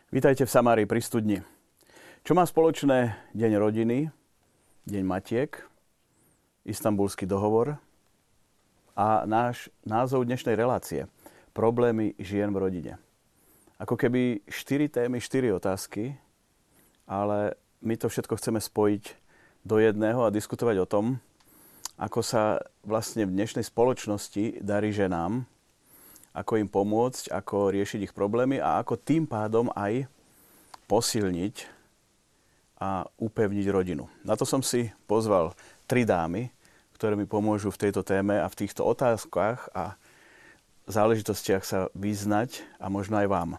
Vítajte v Samárii pri studni. Čo má spoločné Deň rodiny, Deň matiek, Istanbulský dohovor a náš názov dnešnej relácie Problémy žien v rodine. Ako keby 4 témy, 4 otázky, ale my to všetko chceme spojiť do jedného a diskutovať o tom, ako sa vlastne v dnešnej spoločnosti darí ženám, ako im pomôcť, ako riešiť ich problémy a ako tým pádom aj posilniť a upevniť rodinu. Na to som si pozval 3 dámy, ktoré mi pomôžu v tejto téme a v týchto otázkach a záležitostiach sa vyznať a možno aj vám.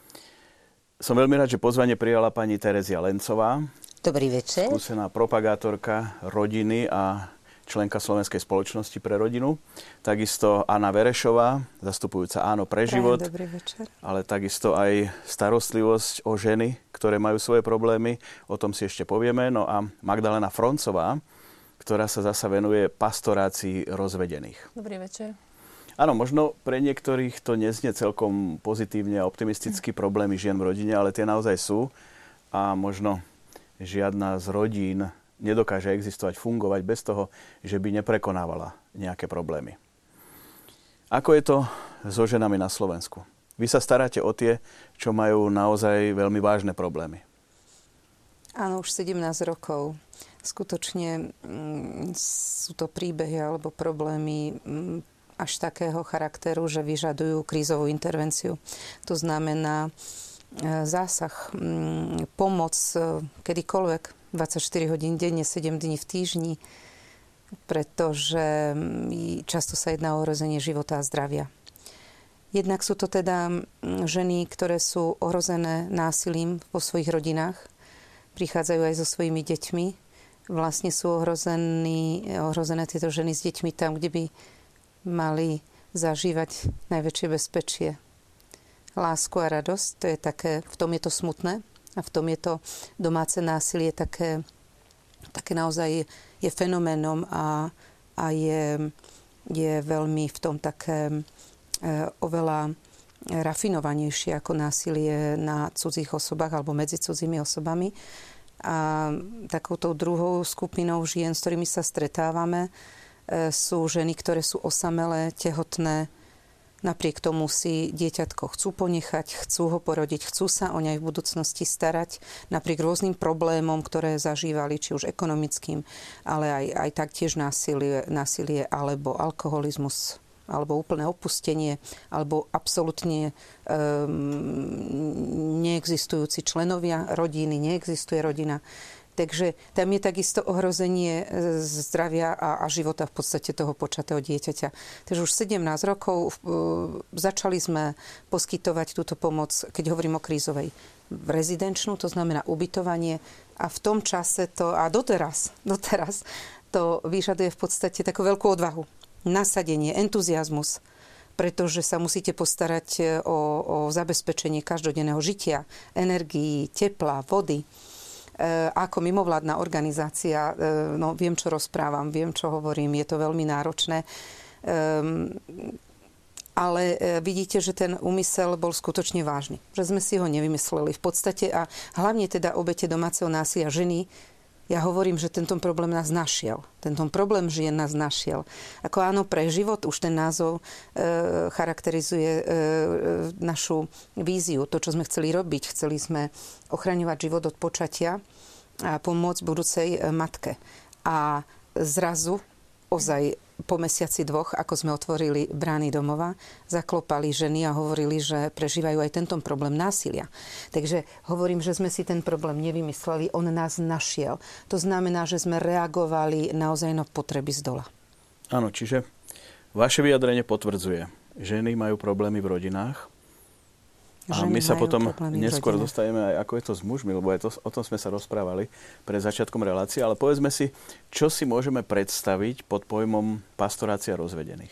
Som veľmi rád, že pozvanie prijala pani Terezia Lencová. Dobrý večer. Skúsená propagátorka rodiny a členka Slovenskej spoločnosti pre rodinu. Takisto Anna Verešová, zastupujúca Áno pre život. Dobrý večer. Ale takisto aj starostlivosť o ženy, ktoré majú svoje problémy. O tom si ešte povieme. No a Magdalena Froncová, ktorá sa zasa venuje pastorácii rozvedených. Dobrý večer. Áno, možno pre niektorých to neznie celkom pozitívne a optimisticky problémy žien v rodine, ale tie naozaj sú. A možno žiadna z rodín nedokáže existovať, fungovať bez toho, že by neprekonávala nejaké problémy. Ako je to so ženami na Slovensku? Vy sa staráte o tie, čo majú naozaj veľmi vážne problémy. Áno, už 17 rokov. Skutočne sú to príbehy alebo problémy až takého charakteru, že vyžadujú krízovú intervenciu. To znamená zásah, pomoc kedykoľvek, 24 hodín denne, 7 dní v týždni, pretože často sa jedná o ohrozenie života a zdravia. Jednak sú to teda ženy, ktoré sú ohrozené násilím vo svojich rodinách, prichádzajú aj so svojimi deťmi. Vlastne sú ohrozené tieto ženy s deťmi tam, kde by mali zažívať najväčšie bezpečie. Lásku a radosť, to je také, v tom je to smutné. A v tom je to domáce násilie také naozaj je fenoménom a je veľmi v tom také oveľa rafinovanejšie ako násilie na cudzích osobách alebo medzi cudzími osobami. A takouto druhou skupinou žien, s ktorými sa stretávame, sú ženy, ktoré sú osamelé, tehotné. Napriek tomu si dieťatko chcú ponechať, chcú ho porodiť, chcú sa o nej v budúcnosti starať, napriek rôznym problémom, ktoré zažívali, či už ekonomickým, ale aj taktiež násilie alebo alkoholizmus, alebo úplné opustenie, alebo absolútne neexistujúci členovia rodiny, neexistuje rodina. Takže tam je takisto ohrozenie zdravia a života v podstate toho počatého dieťaťa. Takže už 17 rokov začali sme poskytovať túto pomoc, keď hovorím o krízovej, rezidenčnú, to znamená ubytovanie. A v tom čase to, a doteraz to vyžaduje v podstate takú veľkú odvahu, nasadenie, entuziazmus, pretože sa musíte postarať o zabezpečenie každodenného žitia, energií, tepla, vody. Ako mimovládna organizácia, no viem, čo rozprávam, viem, čo hovorím, je to veľmi náročné. Ale vidíte, že ten úmysel bol skutočne vážny. Že sme si ho nevymysleli v podstate a hlavne teda obete domáceho násilia ženy. Ja hovorím, že tento problém nás našiel. Tento problém žien nás našiel. Ako Áno pre život, už ten názov charakterizuje našu víziu. To, čo sme chceli robiť. Chceli sme ochraňovať život od počatia a pomôcť budúcej matke. A zrazu, ozaj po mesiaci 2, ako sme otvorili brány domova, zaklopali ženy a hovorili, že prežívajú aj tento problém násilia. Takže hovorím, že sme si ten problém nevymysleli, on nás našiel. To znamená, že sme reagovali naozaj na potreby zdola. Áno, čiže vaše vyjadrenie potvrdzuje. Ženy majú problémy v rodinách a my sa potom neskôr dostaneme aj, ako je to s mužmi, lebo aj to, o tom sme sa rozprávali pred začiatkom relácie, ale povedzme si, čo si môžeme predstaviť pod pojmom pastorácia rozvedených.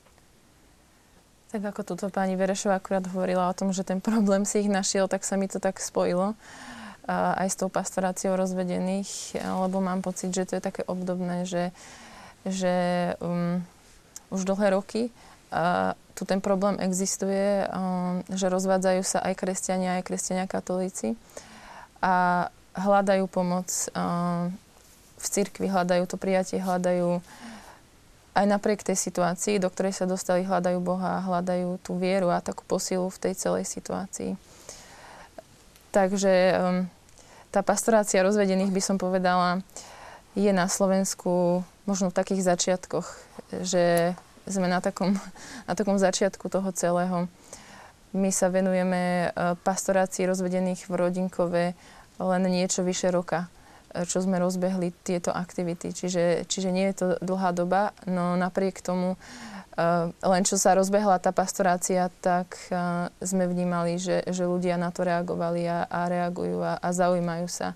Tak ako tuto pani Verešová akurát hovorila o tom, že ten problém si ich našiel, tak sa mi to tak spojilo aj s tou pastoráciou rozvedených, lebo mám pocit, že to je také obdobné, že už dlhé roky tu ten problém existuje, že rozvádzajú sa aj kresťania katolíci a hľadajú pomoc v cirkvi, hľadajú to prijatie, hľadajú aj napriek tej situácii, do ktorej sa dostali, hľadajú Boha, hľadajú tú vieru a takú posilu v tej celej situácii. Takže tá pastorácia rozvedených, by som povedala, je na Slovensku možno v takých začiatkoch, že sme na takom začiatku toho celého. My sa venujeme pastorácii rozvedených v Rodinkove len niečo vyše roka, čo sme rozbehli tieto aktivity. Čiže nie je to dlhá doba, no napriek tomu, len čo sa rozbehla tá pastorácia, tak sme vnímali, že ľudia na to reagovali a reagujú a zaujímajú sa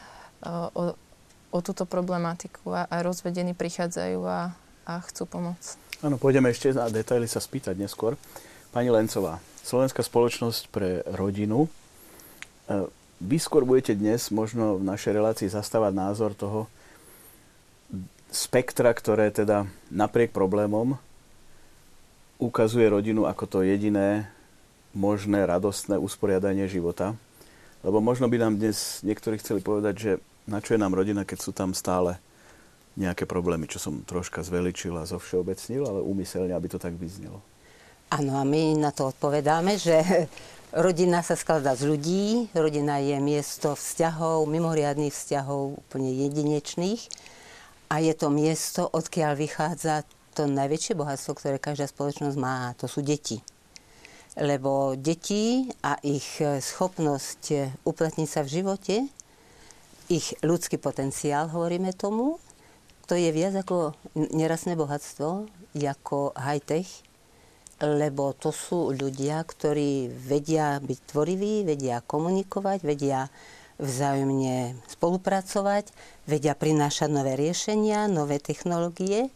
o túto problematiku a rozvedení prichádzajú a chcú pomôcť. Áno, pôjdeme ešte na detaily sa spýtať neskôr. Pani Lencová, Slovenská spoločnosť pre rodinu. Vy skôr budete dnes možno v našej relácii zastávať názor toho spektra, ktoré teda napriek problémom ukazuje rodinu ako to jediné možné radostné usporiadanie života. Lebo možno by nám dnes niektorí chceli povedať, že na čo je nám rodina, keď sú tam stále nejaké problémy, čo som troška zveličil a zovšeobecnil, ale úmyselne, aby to tak vyznelo. Áno, a my na to odpovedáme, že rodina sa skladá z ľudí, rodina je miesto vzťahov, mimoriadnych vzťahov, úplne jedinečných a je to miesto, odkiaľ vychádza to najväčšie bohatstvo, ktoré každá spoločnosť má, to sú deti. Lebo deti a ich schopnosť uplatniť sa v živote, ich ľudský potenciál, hovoríme tomu, to je viac ako nerastné bohatstvo, ako high-tech, lebo to sú ľudia, ktorí vedia byť tvoriví, vedia komunikovať, vedia vzájomne spolupracovať, vedia prinášať nové riešenia, nové technológie.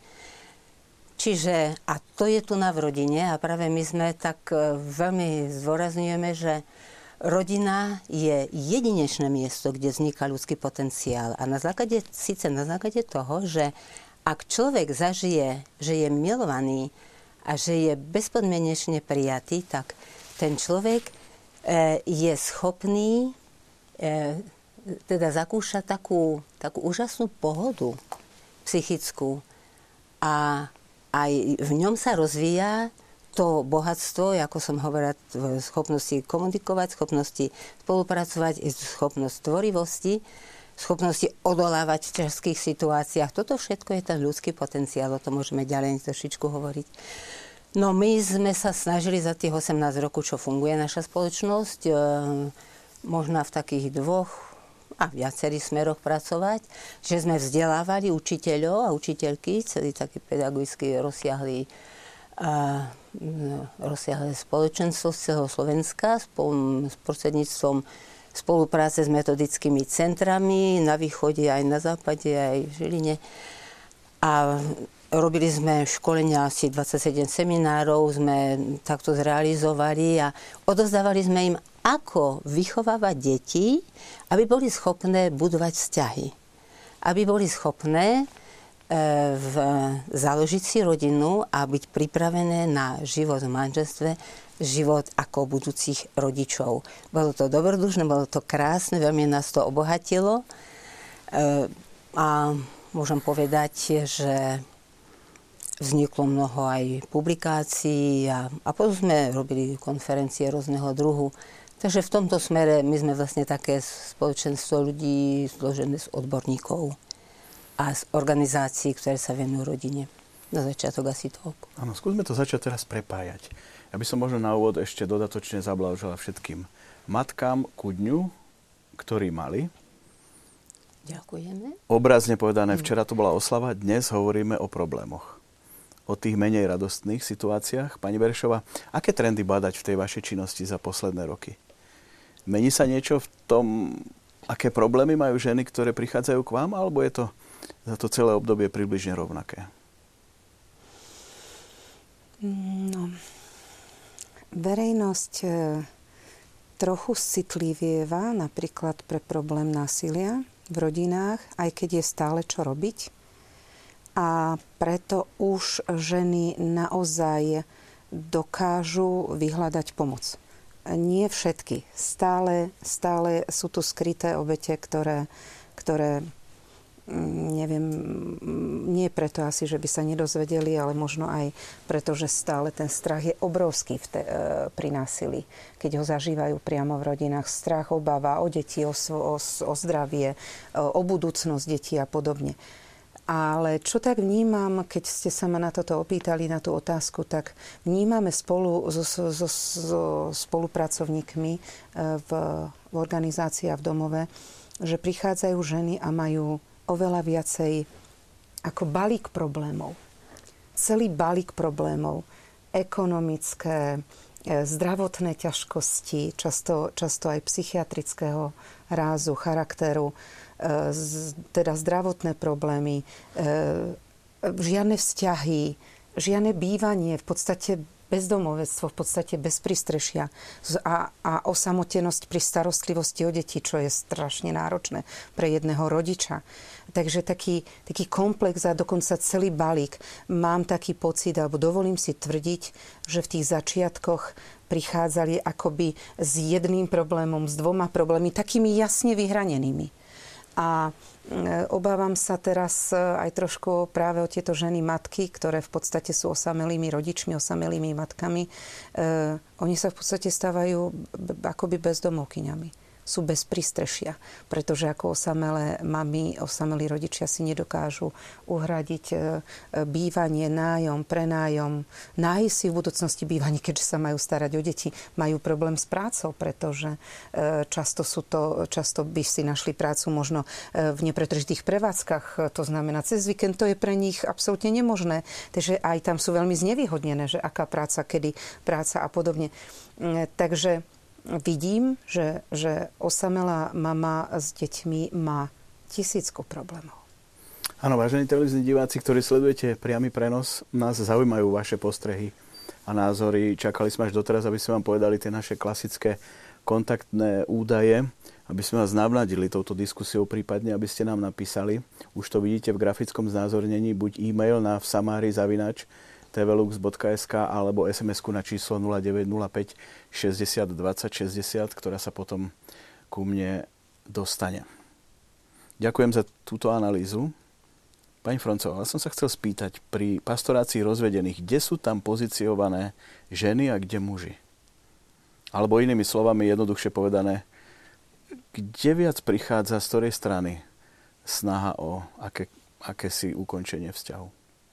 Čiže, a to je tu v rodine a práve my sme tak veľmi zdôrazňujeme, že rodina je jedinečné miesto, kde vzniká ľudský potenciál. A na základe toho, že ak človek zažije, že je milovaný a že je bezpodmienečne prijatý, tak ten človek je schopný teda zakúšať takú úžasnú pohodu psychickú. A aj v ňom sa rozvíja to bohatstvo, ako som hovorila, schopnosti komunikovať, schopnosti spolupracovať, schopnosť tvorivosti, schopnosti odolávať v ťažkých situáciách. Toto všetko je ten ľudský potenciál, o tom môžeme ďalej trošičku hovoriť. No my sme sa snažili za tých 18 rokov, čo funguje naša spoločnosť, možno v takých dvoch a viacerých smeroch pracovať, že sme vzdelávali učiteľov a učiteľky, celý taký pedagogicky rozsiahlý spoločenstvo z celého Slovenska s prostredníctvom spolupráce s metodickými centrami na východe, aj na západe, aj v Žiline. A robili sme školenia, asi 27 seminárov sme takto zrealizovali a odovzdávali sme im, ako vychovávať deti, aby boli schopné budovať vzťahy. Aby boli schopné založiť si rodinu a byť pripravené na život v manželstve, život ako budúcich rodičov. Bolo to dobrodružné, bolo to krásne, veľmi nás to obohatilo. A môžem povedať, že vzniklo mnoho aj publikácií a potom sme robili konferencie rôzneho druhu. Takže v tomto smere my sme vlastne také spoločenstvo ľudí zložené z odborníkov a z organizácií, ktoré sa venujú rodine. Na začiatok asi toľko. Áno, skúsme to začať teraz prepájať. Ja by som možno na úvod ešte dodatočne zablahoželal všetkým matkám ku dňu, ktorí mali. Ďakujeme. Obrazne povedané, včera to bola oslava, dnes hovoríme o problémoch. O tých menej radostných situáciách. Pani Berešová, aké trendy badať v tej vašej činnosti za posledné roky? Mení sa niečo v tom, aké problémy majú ženy, ktoré prichádzajú k vám, alebo je to za to celé obdobie približne rovnaké? No, verejnosť trochu citlivieva napríklad pre problém násilia v rodinách, aj keď je stále čo robiť. A preto už ženy naozaj dokážu vyhľadať pomoc. Nie všetky. Stále sú tu skryté obete, ktoré neviem, nie preto asi, že by sa nedozvedeli, ale možno aj preto, že stále ten strach je obrovský pri násilí. Keď ho zažívajú priamo v rodinách. Strach, obava o deti, o zdravie, o budúcnosť detí a podobne. Ale čo tak vnímam, keď ste sa ma na toto opýtali, na tú otázku, tak vnímame spolu so spolupracovníkmi v organizácii a v domove, že prichádzajú ženy a majú oveľa viacej ako balík problémov. Celý balík problémov. Ekonomické, zdravotné ťažkosti, často aj psychiatrického rázu, charakteru, teda zdravotné problémy, žiadne vzťahy, žiadne bývanie, v podstate bezdomovectvo, v podstate bez prístrešia a osamotenosť pri starostlivosti o deti, čo je strašne náročné pre jedného rodiča. Takže taký komplex a dokonca celý balík. Mám taký pocit, alebo dovolím si tvrdiť, že v tých začiatkoch prichádzali akoby s jedným problémom, s dvoma problémami, takými jasne vyhranenými. A obávam sa teraz aj trošku práve o tieto ženy matky, ktoré v podstate sú osamelými rodičmi, osamelými matkami. Oni sa v podstate stávajú akoby bezdomovkyňami. Sú bez prístrešia, pretože ako osamelé mamy, osamelí rodičia si nedokážu uhradiť bývanie, nájom, prenájom, nájsť si v budúcnosti bývanie, keďže sa majú starať o deti. Majú problém s prácou, pretože často by si našli prácu možno v nepretržitých prevádzkach, to znamená cez víkend, to je pre nich absolútne nemožné. Takže aj tam sú veľmi znevýhodnené, že aká práca, kedy práca a podobne. Takže vidím, že osamelá mama s deťmi má tisícku problémov. Áno, vážení televízni diváci, ktorí sledujete priamy prenos, nás zaujímajú vaše postrehy a názory. Čakali sme až doteraz, aby sme vám povedali tie naše klasické kontaktné údaje, aby sme vás navnadili touto diskusiou, prípadne aby ste nám napísali. Už to vidíte v grafickom znázornení, buď e-mail na vsamari@tvlux.sk alebo SMS-ku na číslo 0905 60 20 60, ktorá sa potom ku mne dostane. Ďakujem za túto analýzu. Pani Froncová, som sa chcel spýtať, pri pastorácii rozvedených, kde sú tam pozíciované ženy a kde muži? Alebo inými slovami, jednoduchšie povedané, kde viac prichádza, z ktorej strany snaha o akési ukončenie vzťahu?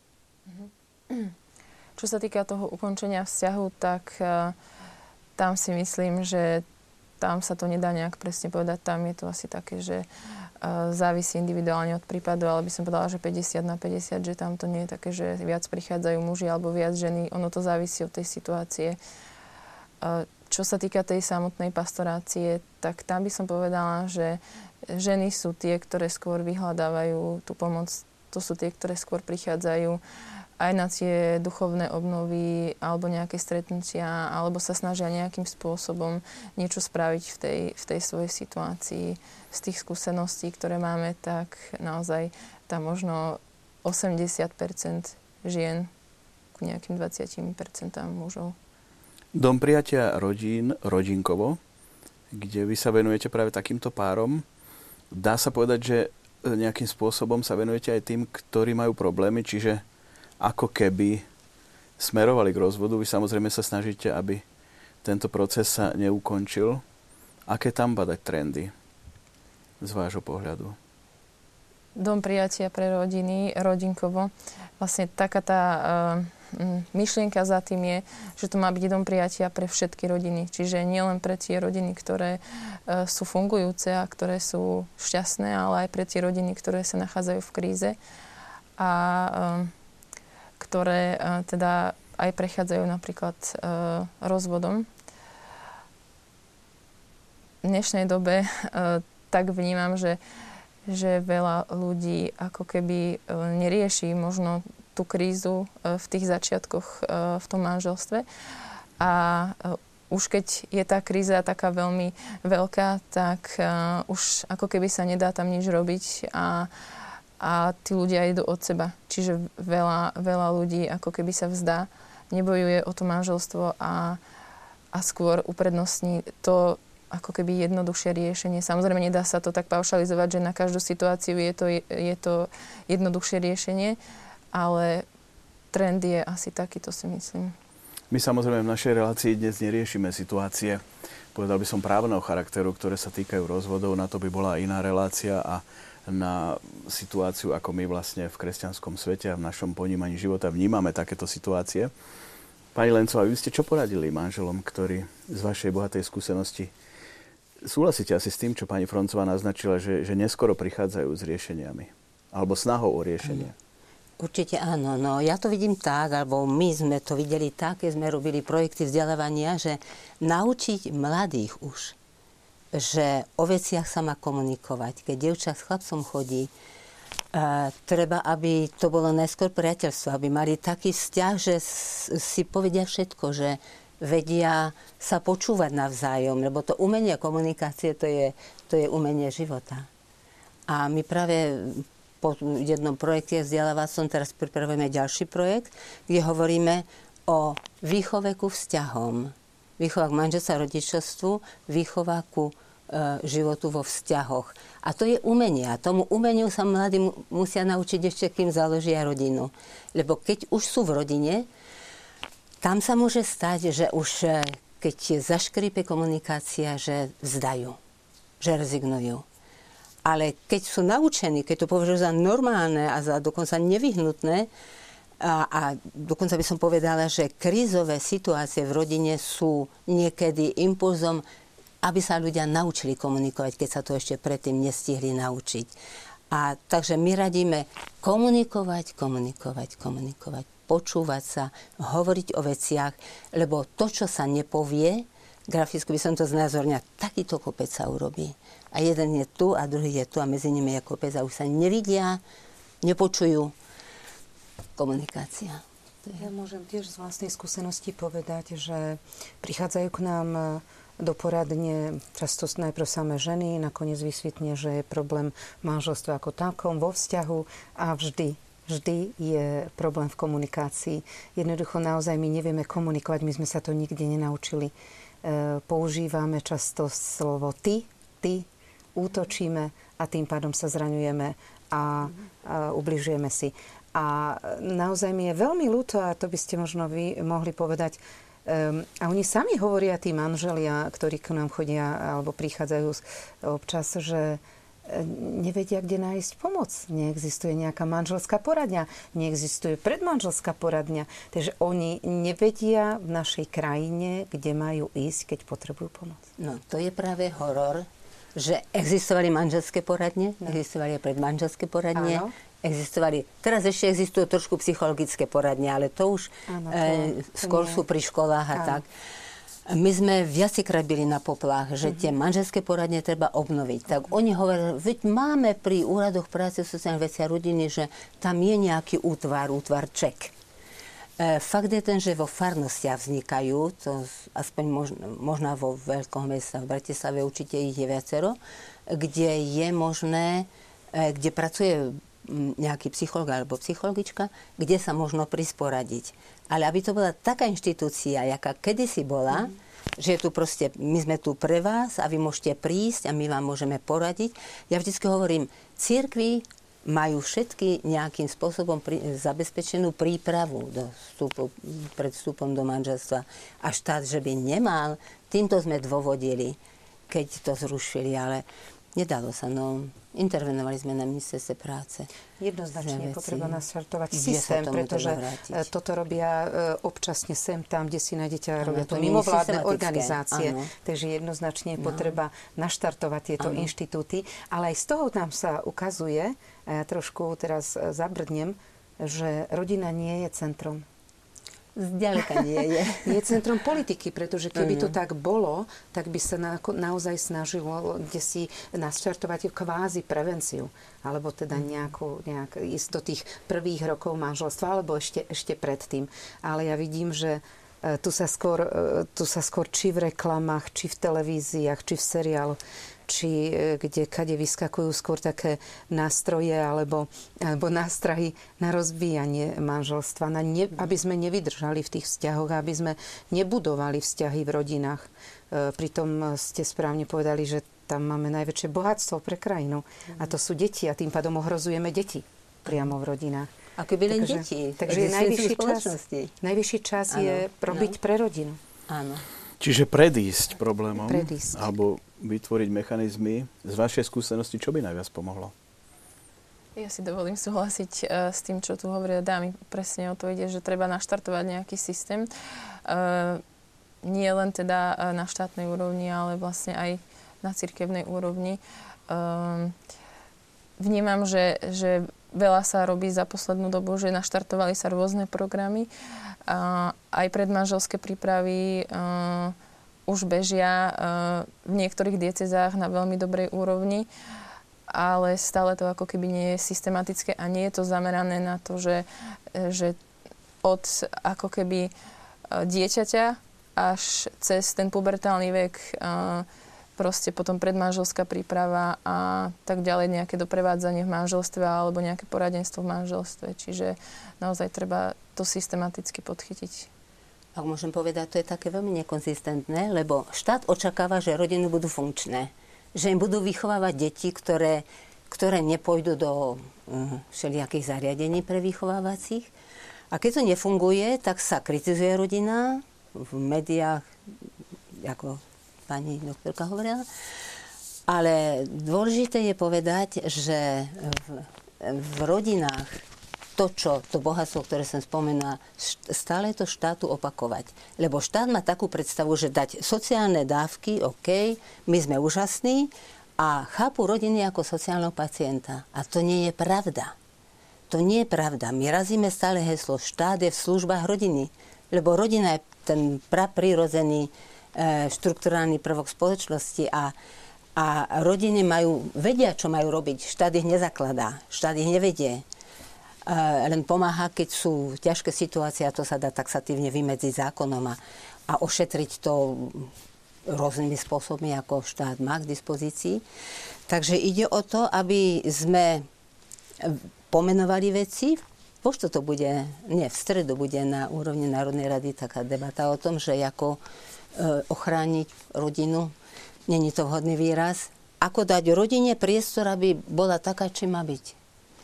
Čo sa týka toho ukončenia vzťahu, tak tam si myslím, že tam sa to nedá nejak presne povedať. Tam je to asi také, že závisí individuálne od prípadu, ale by som povedala, že 50/50, že tam to nie je také, že viac prichádzajú muži alebo viac ženy. Ono to závisí od tej situácie. Čo sa týka tej samotnej pastorácie, tak tam by som povedala, že ženy sú tie, ktoré skôr vyhľadávajú tú pomoc. To sú tie, ktoré skôr prichádzajú aj na tie duchovné obnovy alebo nejaké stretnutia, alebo sa snažia nejakým spôsobom niečo spraviť v tej svojej situácii. Z tých skúseností, ktoré máme, tak naozaj tam možno 80% žien k nejakým 20% mužov. Dom prijatia rodín, rodinkovo, kde vy sa venujete práve takýmto párom. Dá sa povedať, že nejakým spôsobom sa venujete aj tým, ktorí majú problémy, čiže ako keby smerovali k rozvodu. Vy samozrejme sa snažíte, aby tento proces sa neukončil. Aké tam badať trendy z vášho pohľadu? Dom prijatia pre rodiny, rodinkovo. Vlastne taká tá myšlienka za tým je, že to má byť dom prijatia pre všetky rodiny. Čiže nielen pre tie rodiny, ktoré sú fungujúce a ktoré sú šťastné, ale aj pre tie rodiny, ktoré sa nachádzajú v kríze a ktoré teda aj prechádzajú napríklad rozvodom. V dnešnej dobe tak vnímam, že veľa ľudí ako keby nerieši možno tú krízu v tých začiatkoch v tom manželstve. A už keď je tá kríza taká veľmi veľká, tak už ako keby sa nedá tam nič robiť a tí ľudia idú od seba. Čiže veľa ľudí ako keby sa vzdá nebojuje o to manželstvo a skôr uprednostní to ako keby jednoduchšie riešenie. Samozrejme, nedá sa to tak paušalizovať, že na každú situáciu je to jednoduchšie riešenie, ale trend je asi taký, to si myslím. My samozrejme v našej relácii dnes neriešime situácie, povedal by som právneho charakteru, ktoré sa týkajú rozvodov, na to by bola iná relácia a na situáciu, ako my vlastne v kresťanskom svete a v našom ponímaní života vnímame takéto situácie. Pani Lencová, vy ste čo poradili manželom, ktorí z vašej bohatej skúsenosti súhlasíte asi s tým, čo pani Froncová naznačila, že neskoro prichádzajú s riešeniami alebo snahou o riešenie? Určite áno. No, ja to vidím tak, alebo my sme to videli tak, keď sme robili projekty vzdelávania, že naučiť mladých už, že o veciach sa má komunikovať. Keď dievča s chlapcom chodí, treba, aby to bolo najskôr priateľstvo, aby mali taký vzťah, že si povedia všetko, že vedia sa počúvať navzájom, lebo to umenie komunikácie, to je umenie života. A my práve po jednom projekte vzdelávacom teraz pripravujeme ďalší projekt, kde hovoríme o výchove ku vzťahom. Výchova k manželstvu, rodičovstvu, výchova ku životu vo vzťahoch. A to je umenie. A tomu umeniu sa mladí musia naučiť ešte, kým založia rodinu. Lebo keď už sú v rodine, tam sa môže stať, že už keď zaškrípe komunikácia, že vzdajú, že rezignujú. Ale keď sú naučení, keď to považujú za normálne a za dokonca nevyhnutné, a dokonca by som povedala, že krízové situácie v rodine sú niekedy impulzom, aby sa ľudia naučili komunikovať, keď sa to ešte predtým nestihli naučiť. A takže my radíme komunikovať, počúvať sa, hovoriť o veciach, lebo to, čo sa nepovie, graficky by som to znázornila, takýto kopec sa urobí. A jeden je tu a druhý je tu a medzi nimi je kopec a už sa nevidia, nepočujú. Komunikácia. Ja môžem tiež z vlastnej skúsenosti povedať, že prichádzajú k nám do poradne často najprv samé ženy, nakoniec vysvetne, že je problém manželstva ako takom, vo vzťahu a vždy je problém v komunikácii. Jednoducho naozaj my nevieme komunikovať, my sme sa to nikde nenaučili. Používame často slovo ty, útočíme a tým pádom sa zraňujeme a ubližujeme si. A naozaj mi je veľmi ľúto, a to by ste možno vy mohli povedať, a oni sami hovoria, tí manželia, ktorí k nám chodia alebo prichádzajú občas, že nevedia, kde nájsť pomoc. Neexistuje nejaká manželská poradňa, neexistuje predmanželská poradňa. Takže oni nevedia v našej krajine, kde majú ísť, keď potrebujú pomoc. No, to je práve horor, že existovali manželské poradne, existovali aj predmanželské poradne, áno. Teraz ešte existujú trošku psychologické poradne, ale to už skôr sú pri školách a tak. My sme viacikrát byli na poplách, že tie manželské poradne treba obnoviť. Tak oni hovoria, veď máme pri úradoch práce, sociálnych vecí a rodiny, že tam je nejaký útvar ček. Fakt je ten, že vo farnostiach vznikajú, to aspoň možno vo veľkom meste, v Bratislave určite ich je viacero, kde je možné, kde pracuje nejaký psycholog alebo psychologička, kde sa možno prisporadiť. Ale aby to bola taká inštitúcia, jaká kedysi bola, že tu proste, my sme tu pre vás a vy môžete prísť a my vám môžeme poradiť. Ja vždycky hovorím, cirkvi majú všetky nejakým spôsobom zabezpečenú prípravu pred vstupom do manželstva. A štát, že by nemal, týmto sme dôvodili, keď to zrušili, ale nedalo sa, intervenovali sme na ministerstve práce. Jednoznačne je potreba naštartovať systém, pretože toto robia občasne sem tam, kde si nájdete, robia to mimovládne organizácie. Áno. Takže jednoznačne je potreba naštartovať tieto inštitúty. Ale aj z toho nám sa ukazuje, a ja trošku teraz zabrdnem, že rodina nie je centrom. Zďaleka nie je. Je centrom politiky, pretože keby to tak bolo, tak by sa naozaj snažilo kde si naštartovať kvázi prevenciu. Alebo teda ísť do tých prvých rokov manželstva, alebo ešte predtým. Ale ja vidím, že Tu sa skôr či v reklamách, či v televíziách, či v seriáloch, či kade vyskakujú skôr také nástroje alebo nástrahy na rozbíjanie manželstva, aby sme nevydržali v tých vzťahoch, aby sme nebudovali vzťahy v rodinách. Pritom ste správne povedali, že tam máme najväčšie bohatstvo pre krajinu. A to sú deti a tým pádom ohrozujeme deti priamo v rodinách. Ako by len deti. Takže najvyšší čas je robiť pre rodinu. Áno. Čiže predísť problémom alebo vytvoriť mechanizmy. Z vašej skúsenosti, čo by najviac pomohlo? Ja si dovolím súhlasiť s tým, čo tu hovoria dámy. Presne o to ide, že treba naštartovať nejaký systém. Nie len teda na štátnej úrovni, ale vlastne aj na cirkevnej úrovni. Vnímam, že veľa sa robí za poslednú dobu, že naštartovali sa rôzne programy. Aj predmanželské prípravy už bežia v niektorých diecezách na veľmi dobrej úrovni, ale stále to ako keby nie je systematické a nie je to zamerané na to, že od ako keby dieťaťa až cez ten pubertálny vek proste potom predmanželská príprava a tak ďalej, nejaké doprevádzanie v manželstve alebo nejaké poradenstvo v manželstve. Čiže naozaj treba to systematicky podchytiť. Ak môžem povedať, to je také veľmi nekonzistentné, lebo štát očakáva, že rodiny budú funkčné. Že im budú vychovávať deti, ktoré nepôjdu do všelijakých zariadení pre vychovávacích. A keď to nefunguje, tak sa kritizuje rodina v médiách, ako pani doktorka hovorila. Ale dôležité je povedať, že v rodinách to bohatstvo, ktoré som spomenula, stále je to štátu opakovať. Lebo štát má takú predstavu, že dať sociálne dávky, OK, my sme úžasní a chápu rodiny ako sociálneho pacienta. A to nie je pravda. To nie je pravda. My razíme stále heslo, štát je v službách rodiny. Lebo rodina je ten praprirodzený štrukturálny prvok spoločnosti a rodiny vedia, čo majú robiť. Štát ich nezakladá, štát ich nevedie. Len pomáha, keď sú ťažké situácie a to sa dá taxatívne vymedziť zákonom a ošetriť to rôznymi spôsobmi, ako štát má k dispozícii. Takže ide o to, aby sme pomenovali veci. V stredu bude na úrovni Národnej rady taká debata o tom, že ako ochrániť rodinu. Není to vhodný výraz. Ako dať rodine priestor, aby bola taká, či má byť.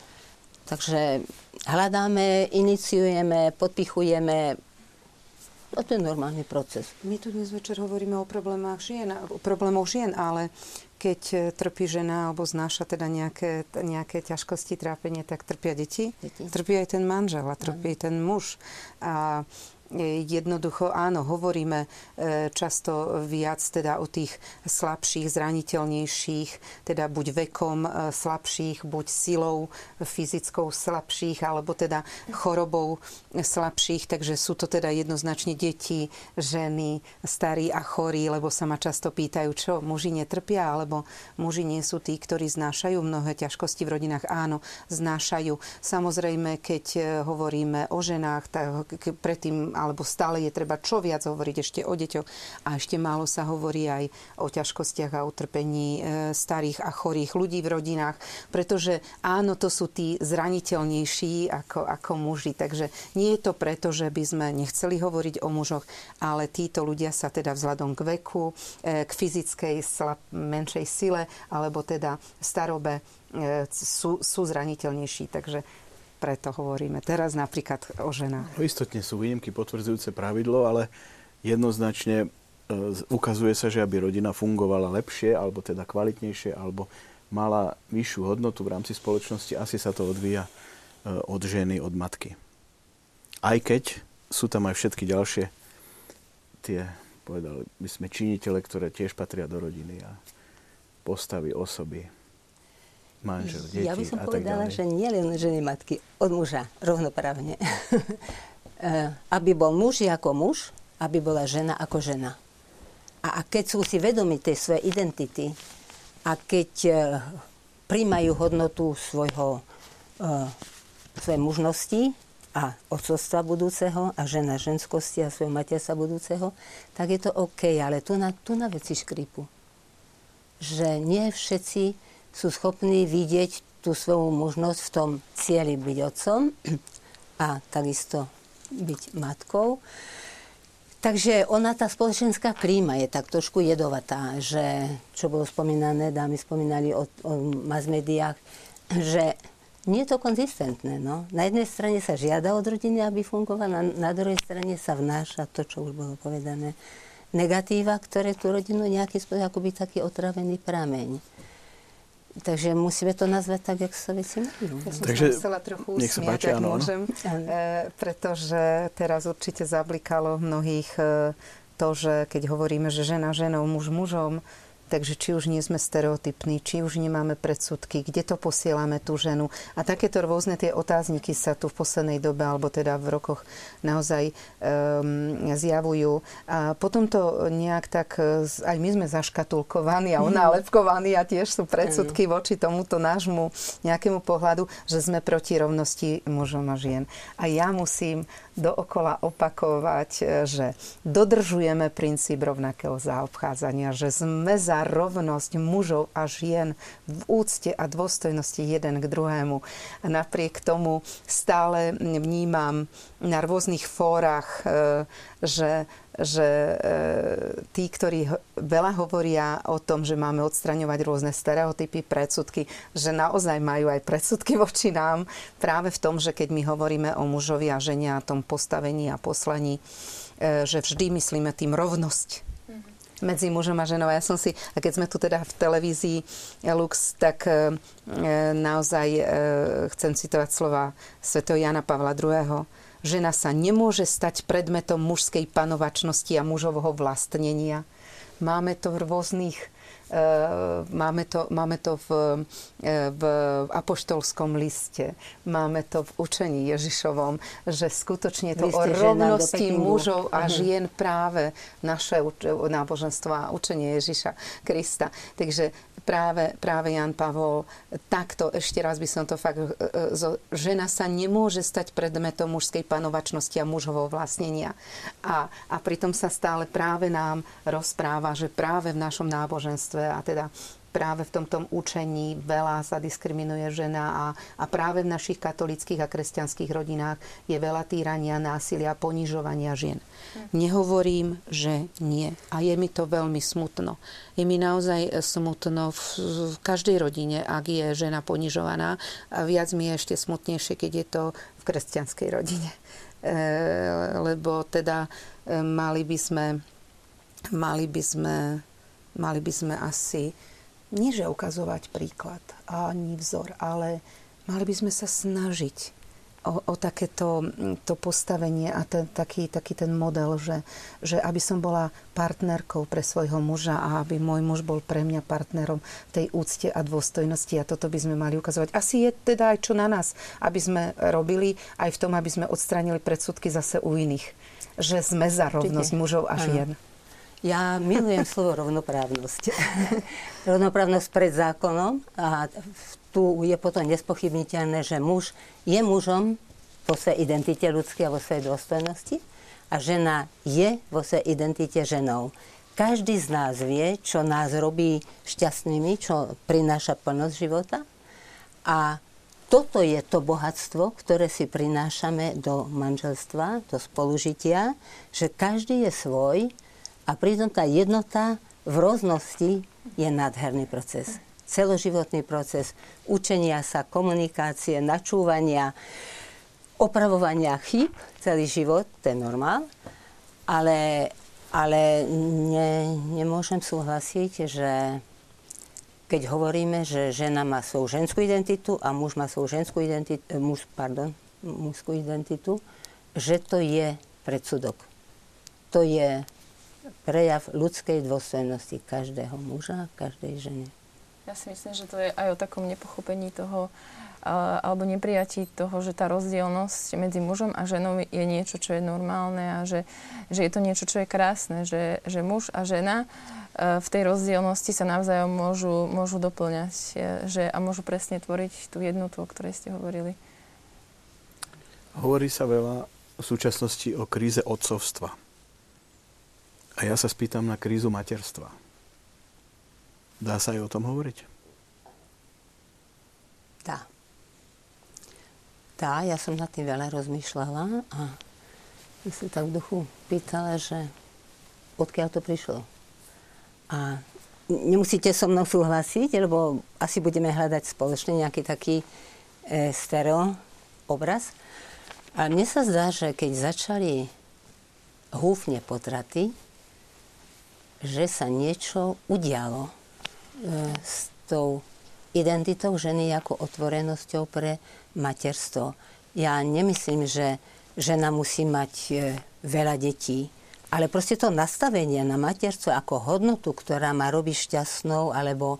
Takže hľadáme, iniciujeme, podpichujeme. To je normálny proces. My tu dnes večer hovoríme o problémoch žien, ale keď trpí žena alebo znáša teda nejaké ťažkosti, trápenie, tak trpia deti. Trpí aj ten manžel a trpí ten muž. A jednoducho, áno, hovoríme často viac teda o tých slabších, zraniteľnejších, teda buď vekom slabších, buď silou fyzickou slabších, alebo teda chorobou slabších, takže sú to teda jednoznačne deti, ženy, starí a chorí, lebo sa ma často pýtajú, čo, muži netrpia, alebo muži nie sú tí, ktorí znášajú mnohé ťažkosti v rodinách. Áno, znášajú. Samozrejme, keď hovoríme o ženách, tak predtým alebo stále je treba čo viac hovoriť ešte o deťoch a ešte málo sa hovorí aj o ťažkostiach a utrpení starých a chorých ľudí v rodinách, pretože áno, to sú tí zraniteľnejší ako muži, takže nie je to preto, že by sme nechceli hovoriť o mužoch, ale títo ľudia sa teda vzhľadom k veku, k fyzickej menšej sile alebo teda starobe sú zraniteľnejší, takže preto hovoríme teraz napríklad o ženách. Istotne sú výnimky potvrdzujúce pravidlo, ale jednoznačne ukazuje sa, že aby rodina fungovala lepšie, alebo teda kvalitnejšie, alebo mala vyššiu hodnotu v rámci spoločnosti, asi sa to odvíja od ženy, od matky. Aj keď sú tam aj všetky ďalšie tie, povedali by sme, činitele, ktoré tiež patria do rodiny a postavy, osoby, manžel, deti ja by som a tak povedala, ďalej. že nie len ženy matky, od muža rovnoprávne. Aby bol muž ako muž, aby bola žena ako žena. A keď sú si vedomi tej svojej identity a keď príjmajú hodnotu svojej mužnosti, a otcovstva budúceho a žena ženskosti a svojho materstva budúceho, tak je to OK, ale tu na veci škripu. Že nie všetci sú schopní vidieť tú svoju možnosť v tom cieli byť otcom a takisto byť matkou. Takže tá spoločenská klíma je tak trošku jedovatá, že, čo bolo spomínané, dámy spomínali o mass médiách, že nie je to konzistentné. No. Na jednej strane sa žiada od rodiny, aby fungovala, na druhej strane sa vnáša to, čo už bolo povedané, negatíva, ktoré tú rodinu nejakým spôsobom akoby taký otravený prameň. Takže musíme to nazvať tak, jak sa veci majú. Ja som sa chcela trochu usmiať, ak môžem, pretože teraz určite zablikalo v mnohých to, že keď hovoríme, že žena ženou, muž mužom, takže či už nie sme stereotypní, či už nemáme predsudky, kde to posielame tú ženu. A takéto rôzne tie otázniky sa tu v poslednej dobe, alebo teda v rokoch naozaj zjavujú. A potom to nejak tak, aj my sme zaškatulkovaní a onálepkovaní a tiež sú predsudky voči tomuto nášmu nejakému pohľadu, že sme proti rovnosti mužov a žien. A ja musím dookola opakovať, že dodržujeme princíp rovnakého zaobchádzania, že sme za rovnosť mužov a žien v úcte a dôstojnosti jeden k druhému. A napriek tomu stále vnímam na rôznych fórach, že tí, ktorí veľa hovoria o tom, že máme odstraňovať rôzne stereotypy, predsudky, že naozaj majú aj predsudky voči nám práve v tom, že keď my hovoríme o mužovi a žene a tom postavení a poslaní, že vždy myslíme tým rovnosť medzi mužom a ženou. Ja som si, a keď sme tu teda v televízii Lux, tak naozaj chcem citovať slova svätého Jana Pavla II. Žena sa nemôže stať predmetom mužskej panovačnosti a mužovho vlastnenia. Máme to v rôznych máme to v apoštolskom liste, máme to v učení Ježišovom, že skutočne to o rovnosti mužov a žien práve naše náboženstvo a učenie Ježiša Krista. Takže práve Jan Pavol, takto ešte raz by som to fakt, žena sa nemôže stať predmetom mužskej panovačnosti a mužovho vlastnenia. A pritom sa stále práve nám rozpráva, že práve v našom náboženstve a teda práve v tomto učení veľa sa diskriminuje žena a práve v našich katolíckych a kresťanských rodinách je veľa týrania, násilia, ponižovania žien. Nehovorím, že nie. A je mi to veľmi smutno. Je mi naozaj smutno v každej rodine, ak je žena ponižovaná. A viac mi je ešte smutnejšie, keď je to v kresťanskej rodine. Lebo teda mali by sme asi nie že ukazovať príklad ani vzor, ale mali by sme sa snažiť o takéto to postavenie a taký ten model, že aby som bola partnerkou pre svojho muža a aby môj muž bol pre mňa partnerom v tej úcte a dôstojnosti a toto by sme mali ukazovať. Asi je teda aj čo na nás, aby sme robili aj v tom, aby sme odstránili predsudky zase u iných. Že sme za rovnosť mužov a žien. Ja milujem slovo rovnoprávnosť. Rovnoprávnosť pred zákonom a tu je potom nespochybniteľné, že muž je mužom vo svojej identite ľudskej a vo svojej dôstojnosti a žena je vo svojej identite ženou. Každý z nás vie, čo nás robí šťastnými, čo prináša plnosť života a toto je to bohatstvo, ktoré si prinášame do manželstva, do spolužitia, že každý je svoj. A pritom tá jednota v rôznosti je nádherný proces. Celoživotný proces učenia sa, komunikácie, načúvania, opravovania chýb celý život, to je normál. Ale nemôžem súhlasiť, že keď hovoríme, že žena má svoju ženskú identitu a muž má svoju mužskú identitu, že to je predsudok. To je prejav ľudskej dôstojnosti každého muža, každej ženy. Ja si myslím, že to je aj o takom nepochopení toho, alebo neprijatí toho, že tá rozdielnosť medzi mužom a ženou je niečo, čo je normálne a že je to niečo, čo je krásne, že muž a žena v tej rozdielnosti sa navzájom môžu doplňať a môžu presne tvoriť tú jednotu, o ktorej ste hovorili. Hovorí sa veľa v súčasnosti o kríze otcovstva. A ja sa spýtam na krízu materstva. Dá sa aj o tom hovoriť? Dá, ja som nad tým veľa rozmýšľala a ja som tak v duchu pýtala, že odkiaľ to prišlo. A nemusíte so mnou súhlasiť, lebo asi budeme hľadať spoločne nejaký taký stereo obraz. A mne sa zdá, že keď začali húfne potraty, že sa niečo udialo s tou identitou ženy ako otvorenosťou pre materstvo. Ja nemyslím, že žena musí mať veľa detí, ale proste to nastavenie na materstvo ako hodnotu, ktorá má robiť šťastnou, alebo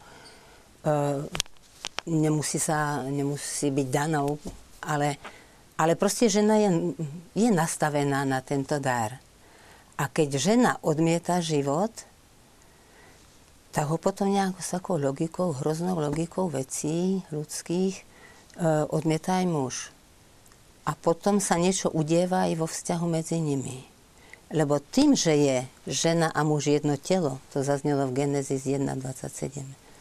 nemusí byť danou, ale proste žena je nastavená na tento dar. A keď žena odmieta život, tak ho potom nejako s takou logikou, hroznou logikou vecí ľudských odmieta aj muž. A potom sa niečo udieva aj vo vzťahu medzi nimi. Lebo tým, že je žena a muž jedno telo, to zaznelo v Genesis 1.27.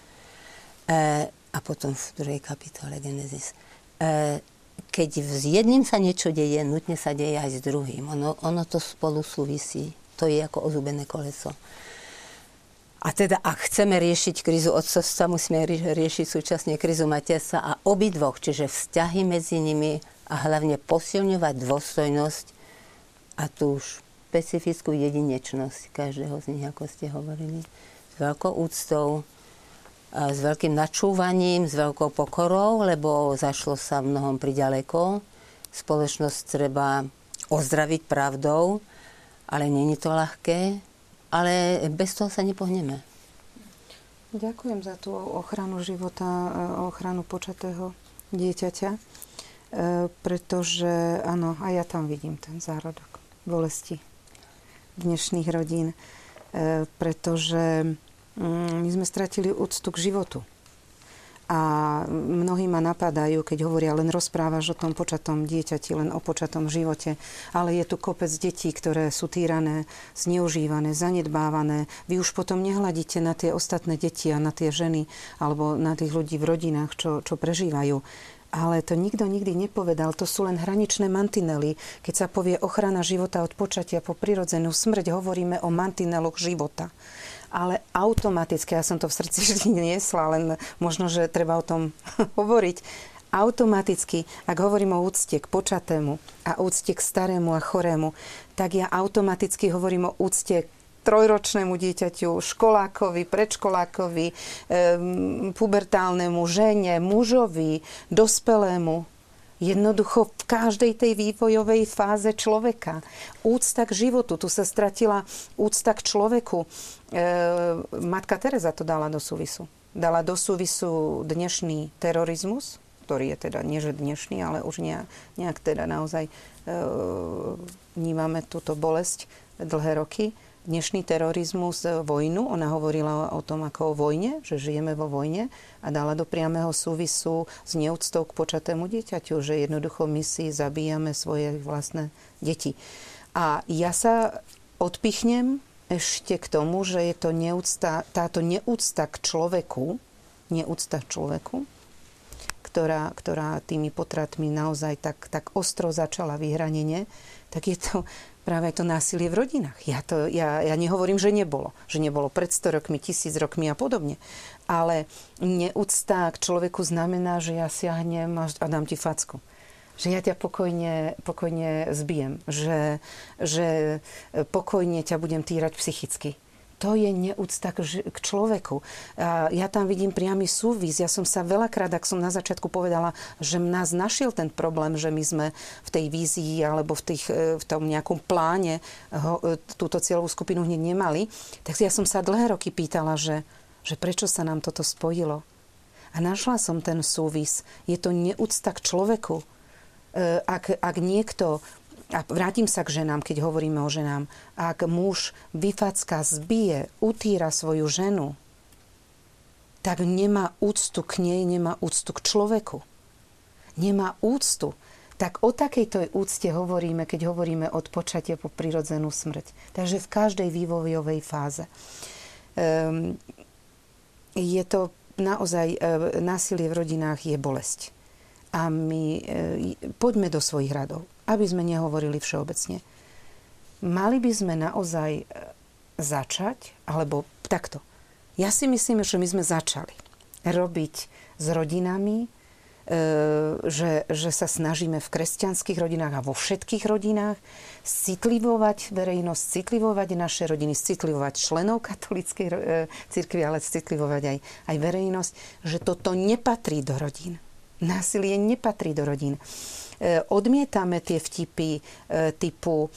A potom v 2. kapitole Genesis. Keď s jedným sa niečo deje, nutne sa deje aj s druhým. Ono to spolu súvisí. To je ako ozúbené koleso. A teda, ak chceme riešiť krízu otcovstva, musíme riešiť súčasne krízu materstva a obidvoch, čiže vzťahy medzi nimi a hlavne posilňovať dôstojnosť a tú špecifickú jedinečnosť každého z nich, ako ste hovorili. S veľkou úctou, s veľkým načúvaním, s veľkou pokorou, lebo zašlo sa mnohom priďaleko. Spoločnosť treba ozdraviť pravdou, ale nie je to ľahké. Ale bez toho sa nepohneme. Ďakujem za tú ochranu života, ochranu počatého dieťaťa, pretože, áno, aj ja tam vidím ten zárodok bolesti dnešných rodín, pretože my sme stratili úctu k životu. A mnohí ma napadajú, keď hovoria, len rozprávaš o tom počatom dieťati, len o počatom živote. Ale je tu kopec detí, ktoré sú týrané, zneužívané, zanedbávané. Vy už potom nehľadíte na tie ostatné deti a na tie ženy alebo na tých ľudí v rodinách, čo prežívajú. Ale to nikto nikdy nepovedal. To sú len hraničné mantinely. Keď sa povie ochrana života od počatia po prirodzenú smrť, hovoríme o mantineloch života. Ale automaticky, ja som to v srdci vždy niesla, len možno, že treba o tom hovoriť. Automaticky, ak hovorím o úcte k počatému a úcte k starému a chorému, tak ja automaticky hovorím o úcte k trojročnému dieťaťu, školákovi, predškolákovi, pubertálnemu, žene, mužovi, dospelému. Jednoducho v každej tej vývojovej fáze človeka. Úcta k životu. Tu sa stratila úcta k človeku. Matka Teresa to dala do súvisu. Dala do súvisu dnešný terorizmus, ktorý je teda nie že dnešný, ale už nejak teda naozaj vnímame túto bolesť dlhé roky. Dnešný terorizmus, vojnu, ona hovorila o tom ako o vojne, že žijeme vo vojne a dala do priameho súvisu s neúctou k počatému dieťaťu, že jednoducho my si zabíjame svoje vlastné deti. A ja sa odpichnem ešte k tomu, že je to neúcta, táto neúcta k človeku, ktorá tými potratmi naozaj tak ostro začala vyhranenie, tak je to práve to násilie v rodinách. Ja nehovorím, že nebolo. Že nebolo pred 100 rokmi, 1000 rokmi a podobne. Ale neúcta k človeku znamená, že ja siahnem a dám ti facku. Že ja ťa pokojne zbijem. Že pokojne ťa budem týrať psychicky. To je neúcta k človeku. Ja tam vidím priamy súvis. Ja som sa veľakrát, ak som na začiatku povedala, že nás našiel ten problém, že my sme v tej vízii alebo v tom nejakom pláne túto cieľovú skupinu hneď nemali, tak ja som sa dlhé roky pýtala, že prečo sa nám toto spojilo. A našla som ten súvis. Je to neúcta k človeku. Ak niekto... A vrátim sa k ženám, keď hovoríme o ženám. Ak muž vyfacka, zbije, utíra svoju ženu, tak nemá úctu k nej, nemá úctu k človeku. Nemá úctu. Tak o takejto úcte hovoríme, keď hovoríme od počatia po prirodzenú smrť. Takže v každej vývojovej fáze. Je to naozaj, násilie v rodinách je bolesť. A my poďme do svojich radov, aby sme nehovorili všeobecne. Mali by sme naozaj začať, alebo takto. Ja si myslím, že my sme začali robiť s rodinami, že sa snažíme v kresťanských rodinách a vo všetkých rodinách citlivovať verejnosť, citlivovať naše rodiny, citlivovať členov katolíckej cirkvi, ale citlivovať aj verejnosť, že toto nepatrí do rodín. Násilie nepatrí do rodín. Odmietame tie vtipy typu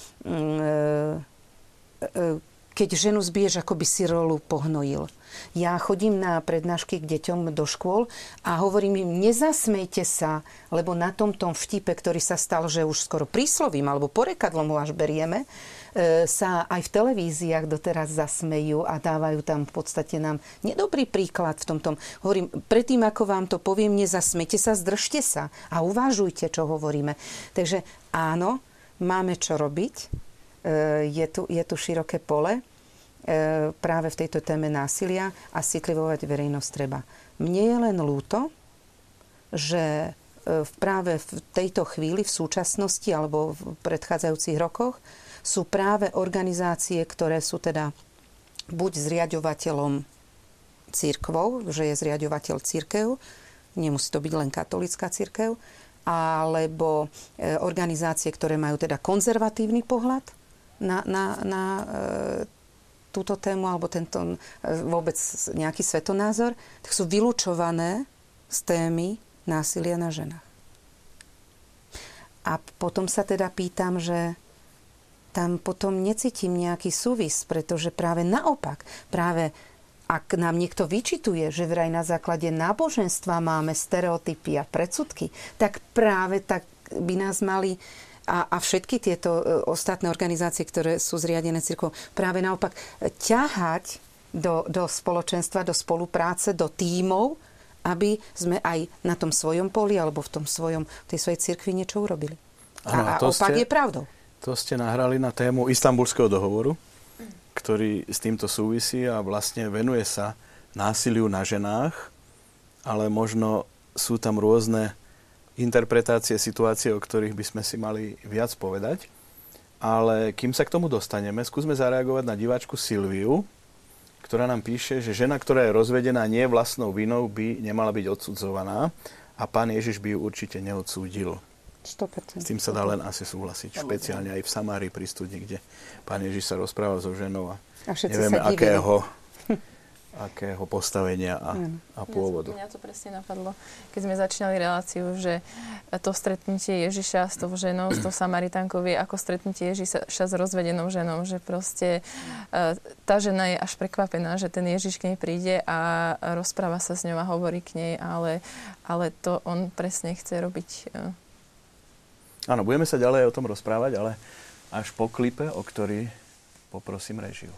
keď ženu zbiješ, ako by si rolu pohnojil. Ja chodím na prednášky k deťom do škôl a hovorím im, nezasmejte sa, lebo na tomto vtipe, ktorý sa stal, že už skoro príslovím alebo porekadlom ho až berieme, sa aj v televíziách doteraz zasmejú a dávajú tam v podstate nám nedobrý príklad v tomto. Hovorím, predtým, ako vám to poviem, nezasmejte sa, zdržte sa a uvažujte, čo hovoríme. Takže áno, máme čo robiť. Je tu široké pole práve v tejto téme násilia a citlivovať verejnosť treba. Mne je len ľúto, že práve v tejto chvíli, v súčasnosti alebo v predchádzajúcich rokoch sú práve organizácie, ktoré sú teda buď zriaďovateľom cirkvou, že je zriaďovateľ cirkev, nemusí to byť len katolícka cirkev, alebo organizácie, ktoré majú teda konzervatívny pohľad na túto tému alebo tento vôbec nejaký svetonázor, tak sú vylúčované z témy násilia na ženách. A potom sa teda pýtam, že tam potom necítim nejaký súvis, pretože práve naopak, práve ak nám niekto vyčituje, že vraj na základe náboženstva máme stereotypy a predsudky, tak práve tak by nás mali a všetky tieto ostatné organizácie, ktoré sú zriadené cirkvou, práve naopak ťahať do spoločenstva, do spolupráce, do tímov, aby sme aj na tom svojom poli alebo v tej svojej cirkvi niečo urobili. Ano, a opak je pravdou. To ste nahrali na tému Istanbulského dohovoru, ktorý s týmto súvisí a vlastne venuje sa násiliu na ženách, ale možno sú tam rôzne interpretácie situácie, o ktorých by sme si mali viac povedať. Ale kým sa k tomu dostaneme, skúsme zareagovať na diváčku Silviu, ktorá nám píše, že žena, ktorá je rozvedená nie vlastnou vinou, by nemala byť odsudzovaná a pán Ježiš by ju určite neodsúdil. 100%. S tým sa dá len asi súhlasiť. Špeciálne aj v Samárii pri studni, kde pán Ježiš sa rozprával so ženou a nevieme, akého postavenia a pôvodu. Mňa to presne napadlo, keď sme začínali reláciu, že to stretnutie Ježiša s tou ženou, s tou Samaritánkou je ako stretnutie Ježiša s rozvedenou ženou, že proste tá žena je až prekvapená, že ten Ježiš k nej príde a rozpráva sa s ňou a hovorí k nej, ale to on presne chce robiť. Áno, budeme sa ďalej o tom rozprávať, ale až po klipe, o ktorý poprosím režiu.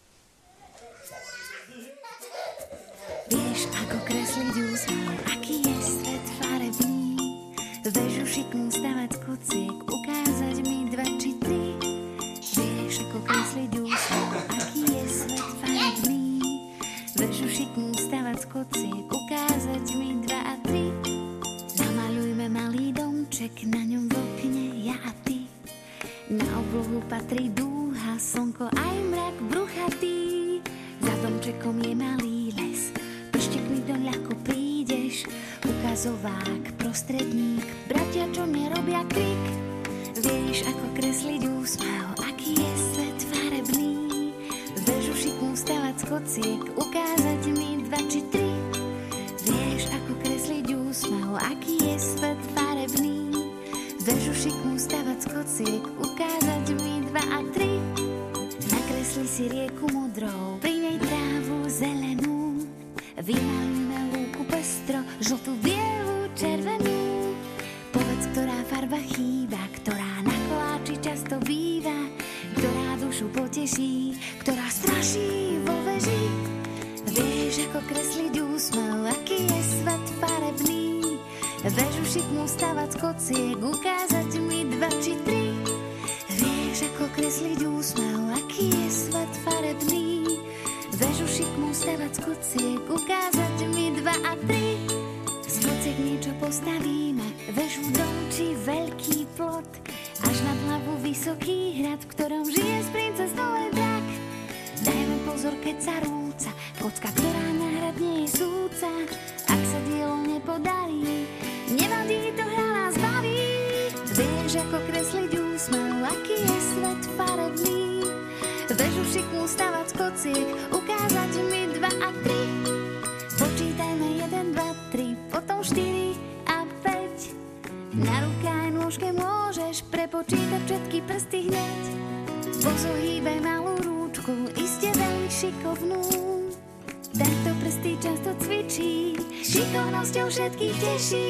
Vieš, ako kresliť úsmev, aký je svet farebný. Vežu šiknú stavať kociek, ukázať mi 2 či 3. Vieš, ako kresliť úsmev, aký je svet farebný. Vežu šiknú stavať kociek, ukázať mi 2 a 3. Namalujme malý domček, na ňom v okne ja a ty. Na oblohu patrí dúha, slnko aj mrak bruchatý. Za domčekom je malý les, prštekmi doň ľahko prídeš. Ukazovák, prostredník, bratia, čo nerobia krik. Vieš, ako kresliť úsmev, aký je svet farebný. Vežu šiknú stavať z kociek, ukázať mi 2 či 3. Vieš, ako kresliť úsmev, aký je svet farebný. Vežu šiknú stavať z kociek, ukázať mi 2 a 3. Nakresli si rieku modrou, pri nej trávu zelenú. Vymalíme lúku pestro, žltú, bielu, červenú. Povedz, ktorá farba chýba, ktorá na koláči často býva, ktorá dušu poteší, ktorá straší vo veži. Vieš, ako kresliť úsmev, aký je svet farebný. Vežu šikmu stavať z kociek, ukázať mi 2 či 3. Vieš, ako kresliť úsmev, aký je svet farebný. Vežu šikmu stavať z kociek, ukázať mi 2 a 3. Z kociek niečo postavíme, vežu dom či veľký plot, až nad hlavu vysoký hrad, v ktorom žije z princeznou drak. Dajme pozor, keď sa rúca kocka, ktorá na hrad nie je súca. Ak sa dielo nepodarí, nevadí, to hra nás baví. Vieš, ako kresliť úsmev, aký je svet farebný. Vežu šikmu stavať z kociek, ukázať mi 2 a 3. Počítajme 1, 2, 3, potom 4 a 5. Na ruke aj nôžke môžeš prepočítať všetky prsty hneď. Pozohýbaj malú rúčku, iste veľmi šikovnú. Takto prsty často cvičí, šikovnosťou všetkých teší.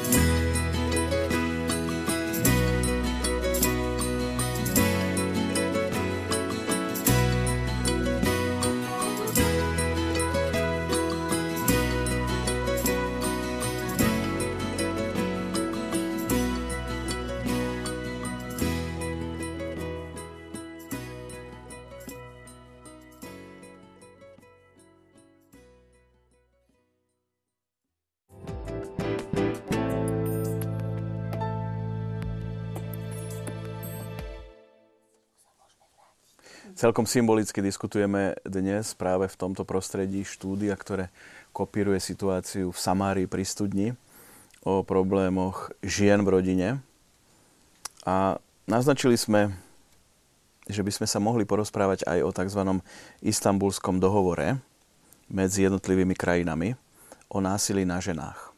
Celkom symbolicky diskutujeme dnes práve v tomto prostredí štúdia, ktoré kopíruje situáciu v Samárii pri studni o problémoch žien v rodine. A naznačili sme, že by sme sa mohli porozprávať aj o tzv. Istanbulskom dohovore medzi jednotlivými krajinami o násilí na ženách.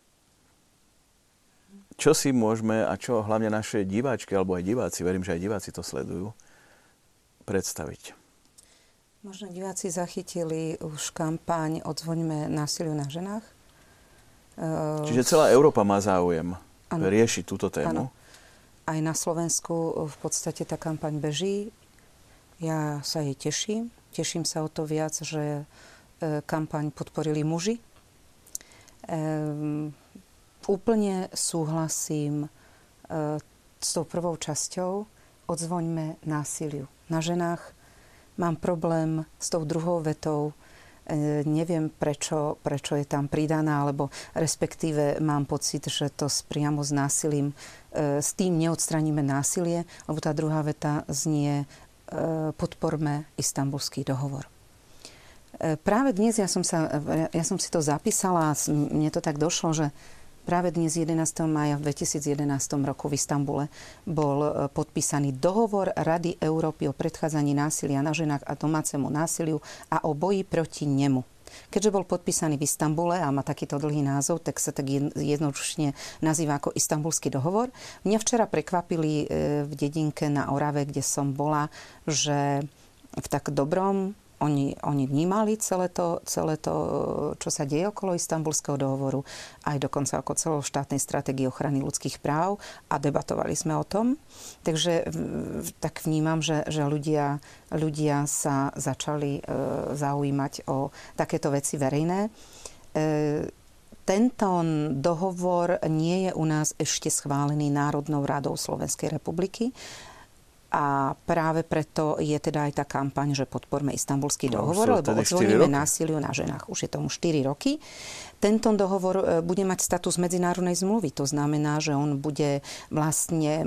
Čo si môžeme, a čo hlavne naše diváčky, alebo aj diváci, verím, že aj diváci to sledujú, predstaviť? Možno diváci zachytili už kampaň Odzvoňme násiliu na ženách. Čiže celá Európa má záujem riešiť túto tému. Áno. Aj na Slovensku v podstate tá kampaň beží. Ja sa jej teším. Teším sa o to viac, že kampaň podporili muži. Úplne súhlasím s tou prvou časťou. Odzvoňme násiliu na ženách. Mám problém s tou druhou vetou. Neviem, prečo je tam pridaná, alebo respektíve mám pocit, že to priamo s násilím, s tým neodstraníme násilie, lebo tá druhá veta znie podporme Istanbulský dohovor. Práve dnes ja som si to zapísala a mne to tak došlo, že práve dnes 11. mája v 2011 roku v Istanbule bol podpísaný dohovor Rady Európy o predchádzaní násilia na ženách a domácemu násiliu a o boji proti nemu. Keďže bol podpísaný v Istanbule a má takýto dlhý názov, tak sa tak jednoduchne nazýva ako Istanbulský dohovor. Mňa včera prekvapili v dedinke na Orave, kde som bola, že v tak dobrom oni vnímali celé to, čo sa deje okolo Istanbulského dohovoru, aj dokonca ako celoštátnej stratégie ochrany ľudských práv a debatovali sme o tom. Takže tak vnímam, že ľudia sa začali zaujímať o takéto veci verejné. Tento dohovor nie je u nás ešte schválený Národnou radou Slovenskej republiky. A práve preto je teda aj tá kampaň, že podporme Istanbulský dohovor, lebo odzvoníme násiliu na ženách. Už je tomu 4 roky. Tento dohovor bude mať status medzinárodnej zmluvy. To znamená, že on bude vlastne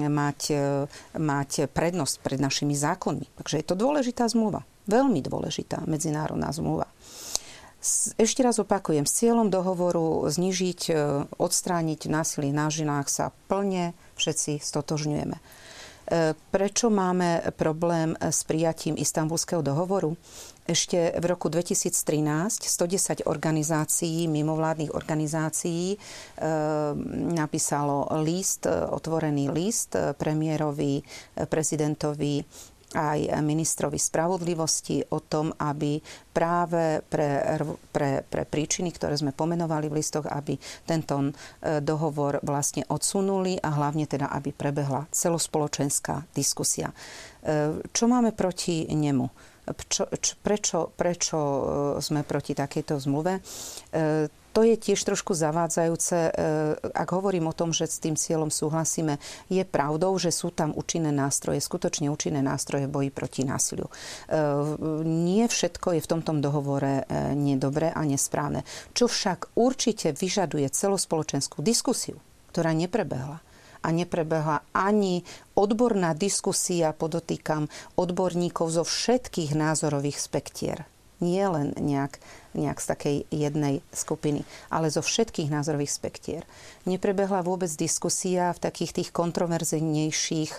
mať prednosť pred našimi zákonmi. Takže je to dôležitá zmluva. Veľmi dôležitá medzinárodná zmluva. Ešte raz opakujem, s cieľom dohovoru znižiť, odstrániť násilie na ženách sa plne všetci stotožňujeme. Prečo máme problém s prijatím Istanbulského dohovoru? Ešte v roku 2013 110 organizácií, mimovládnych organizácií napísalo otvorený list premiérovi, prezidentovi aj ministrovi spravodlivosti o tom, aby práve pre príčiny, ktoré sme pomenovali v listoch, aby tento dohovor vlastne odsunuli a hlavne teda, aby prebehla celospoločenská diskusia. Čo máme proti nemu? Prečo sme proti takejto zmluve? to je tiež trošku zavádzajúce. Ak hovorím o tom, že s tým cieľom súhlasíme, je pravdou, že sú tam účinné nástroje, skutočne účinné nástroje v boji proti násiliu. Nie všetko je v tomto dohovore nedobré a nesprávne. Čo však určite vyžaduje celospoločenskú diskusiu, ktorá neprebehla. A neprebehla ani odborná diskusia, podotýkam, odborníkov zo všetkých názorových spektier. Nie len nejak z takej jednej skupiny, ale zo všetkých názorových spektier. Neprebehla vôbec diskusia v takých tých kontroverznejších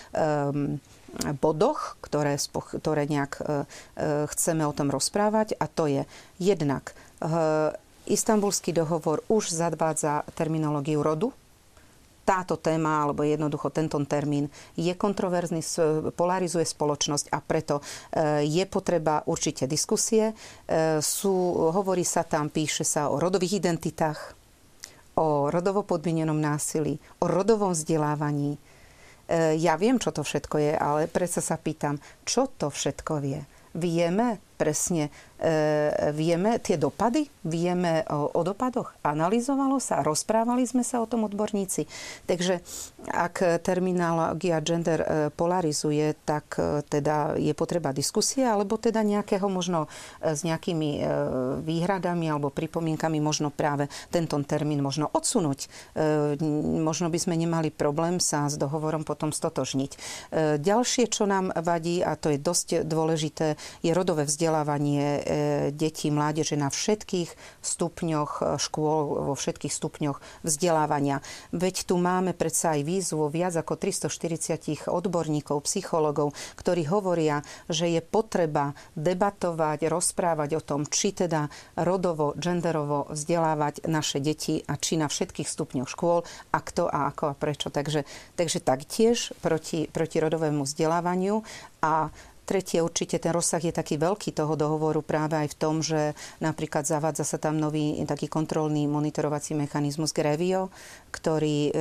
bodoch, ktoré nejak chceme o tom rozprávať. A to je jednak Istanbulský dohovor už zavádza terminológiu rodu. Táto téma, alebo jednoducho tento termín je kontroverzný, polarizuje spoločnosť a preto je potreba určite diskusie. Hovorí sa tam, píše sa o rodových identitách, o rodovo podmienenom násilí, o rodovom vzdelávaní. Ja viem, čo to všetko je, ale predsa sa pýtam, čo to všetko vie? Vieme presne, vieme tie dopady? Vieme o dopadoch? Analyzovalo sa? Rozprávali sme sa o tom odborníci? Takže ak terminológia gender polarizuje, tak teda je potreba diskusie, alebo teda nejakého možno s nejakými výhradami alebo pripomienkami možno práve tento termín možno odsunúť. Možno by sme nemali problém sa s dohovorom potom stotožniť. Ďalšie, čo nám vadí, a to je dosť dôležité, je rodové vzdelávanie detí, mládeže na všetkých stupňoch škôl, vo všetkých stupňoch vzdelávania. Veď tu máme predsa aj výzvu viac ako 340 odborníkov, psychologov, ktorí hovoria, že je potreba debatovať, rozprávať o tom, či teda rodovo, genderovo vzdelávať naše deti a či na všetkých stupňoch škôl a kto a ako a prečo. Takže taktiež proti rodovému vzdelávaniu. A tretie, určite ten rozsah je taký veľký toho dohovoru práve aj v tom, že napríklad zavádza sa tam nový taký kontrolný monitorovací mechanizmus GREVIO, ktorý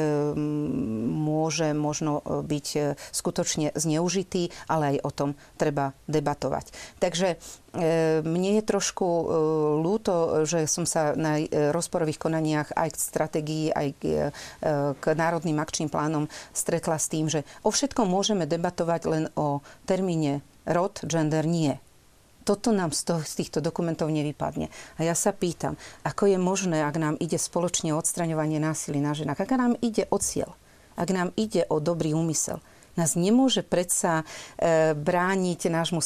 môže možno byť skutočne zneužitý, ale aj o tom treba debatovať. Takže mne je trošku ľúto, že som sa na rozporových konaniach aj k stratégii, aj k národným akčným plánom stretla s tým, že o všetkom môžeme debatovať, len o termíne rod, gender nie. Toto nám z týchto dokumentov nevypadne. A ja sa pýtam, ako je možné, ak nám ide spoločne o odstraňovanie násilia na ženách, ak nám ide o cieľ, ak nám ide o dobrý úmysel, nás nemôže predsa brániť nášmu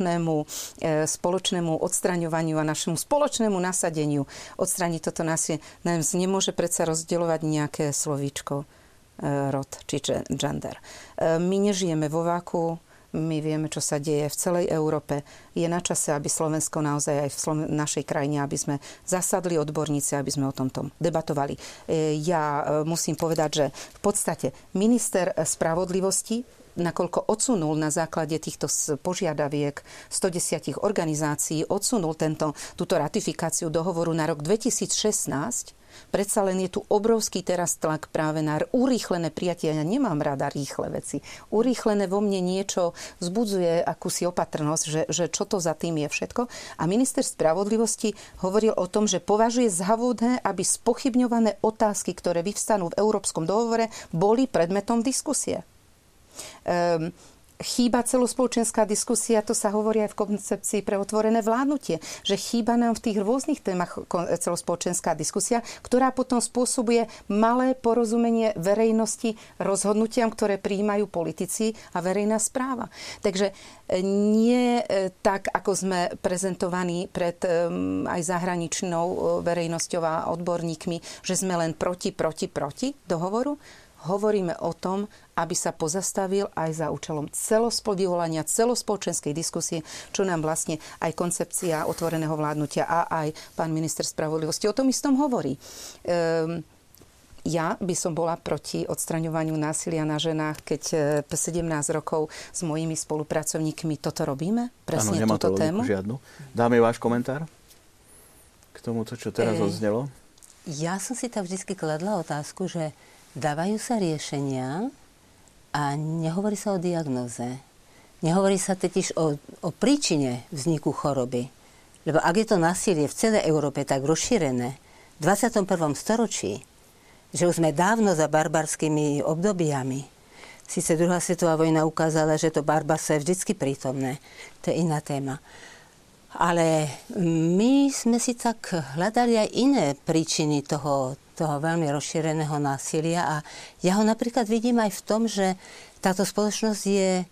spoločnému odstraňovaniu a našemu spoločnému nasadeniu odstrániť toto násilie. Nás nemôže predsa rozdeľovať nejaké slovíčko rod či gender. My nežijeme vo váku. My vieme, čo sa deje v celej Európe. Je na čase, aby Slovensko naozaj aj v našej krajine, aby sme zasadli odborníci, aby sme o tomto debatovali. Ja musím povedať, že v podstate minister spravodlivosti, nakoľko odsunul na základe týchto požiadaviek 110 organizácií, odsunul túto ratifikáciu dohovoru na rok 2016, predsa len je tu obrovský teraz tlak práve na urýchlené prijatie. Ja nemám rada rýchle veci. Urýchlené vo mne niečo vzbudzuje akúsi opatrnosť, že čo to za tým je všetko. A minister spravodlivosti hovoril o tom, že považuje za vhodné, aby spochybňované otázky, ktoré vyvstanú v Európskom dohovore, boli predmetom diskusie. Chýba celospoločenská diskusia, to sa hovorí aj v koncepcii pre otvorené vládnutie, že chýba nám v tých rôznych témach celospoločenská diskusia, ktorá potom spôsobuje malé porozumenie verejnosti rozhodnutiam, ktoré prijímajú politici a verejná správa. Takže nie tak, ako sme prezentovaní pred aj zahraničnou verejnosťou a odborníkmi, že sme len proti dohovoru. Hovoríme o tom, aby sa pozastavil aj za účelom vyvolania celospoločenskej diskusie, čo nám vlastne aj koncepcia otvoreného vládnutia a aj pán minister spravodlivosti o tom istom hovorí. Ja by som bola proti odstraňovaniu násilia na ženách, keď 17 rokov s mojimi spolupracovníkmi toto robíme. Presne túto tému. Žiadnu. Dáme váš komentár k tomuto, čo teraz odznelo? Ja som si tam vždy kladla otázku, že dávajú sa riešenia a nehovorí sa o diagnóze. Nehovorí sa totiž o príčine vzniku choroby. Lebo ak je to násilie v celej Európe tak rozšírené, 21. storočí, že už sme dávno za barbarskými obdobiami. Sice druhá svetová vojna ukázala, že to barbarstvo je vždycky prítomné. To je iná téma. Ale my sme si tak hľadali aj iné príčiny toho veľmi rozšíreného násilia a ja ho napríklad vidím aj v tom, že táto spoločnosť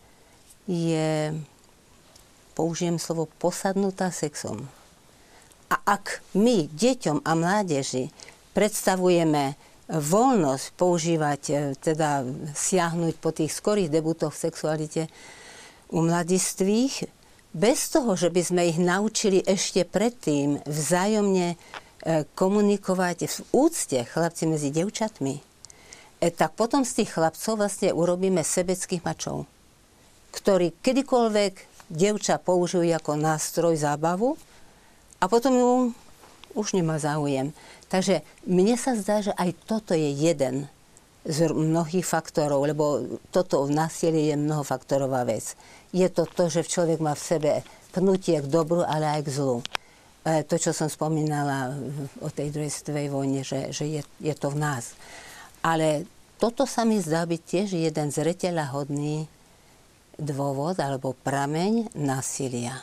je použijem slovo, posadnutá sexom. A ak my deťom a mládeži predstavujeme voľnosť používať, teda siahnuť po tých skorých debutoch v sexualite u mladistvých, bez toho, že by sme ich naučili ešte predtým vzájomne komunikovať v úcte chlapci medzi devčatmi, tak potom z tých chlapcov vlastne urobíme sebeckých mačov, ktorí kedykoľvek dievča použijú ako nástroj zábavu a potom ju už nemá záujem. Takže mne sa zdá, že aj toto je jeden z mnohých faktorov, lebo toto násilie je mnohofaktorová vec. Je to, že človek má v sebe pnutie k dobru, ale aj k zlu. To, čo som spomínala o tej druhej svetovej vojne, že je to v nás. Ale toto sa mi zdá byť tiež jeden zreteľahodný dôvod alebo prameň násilia.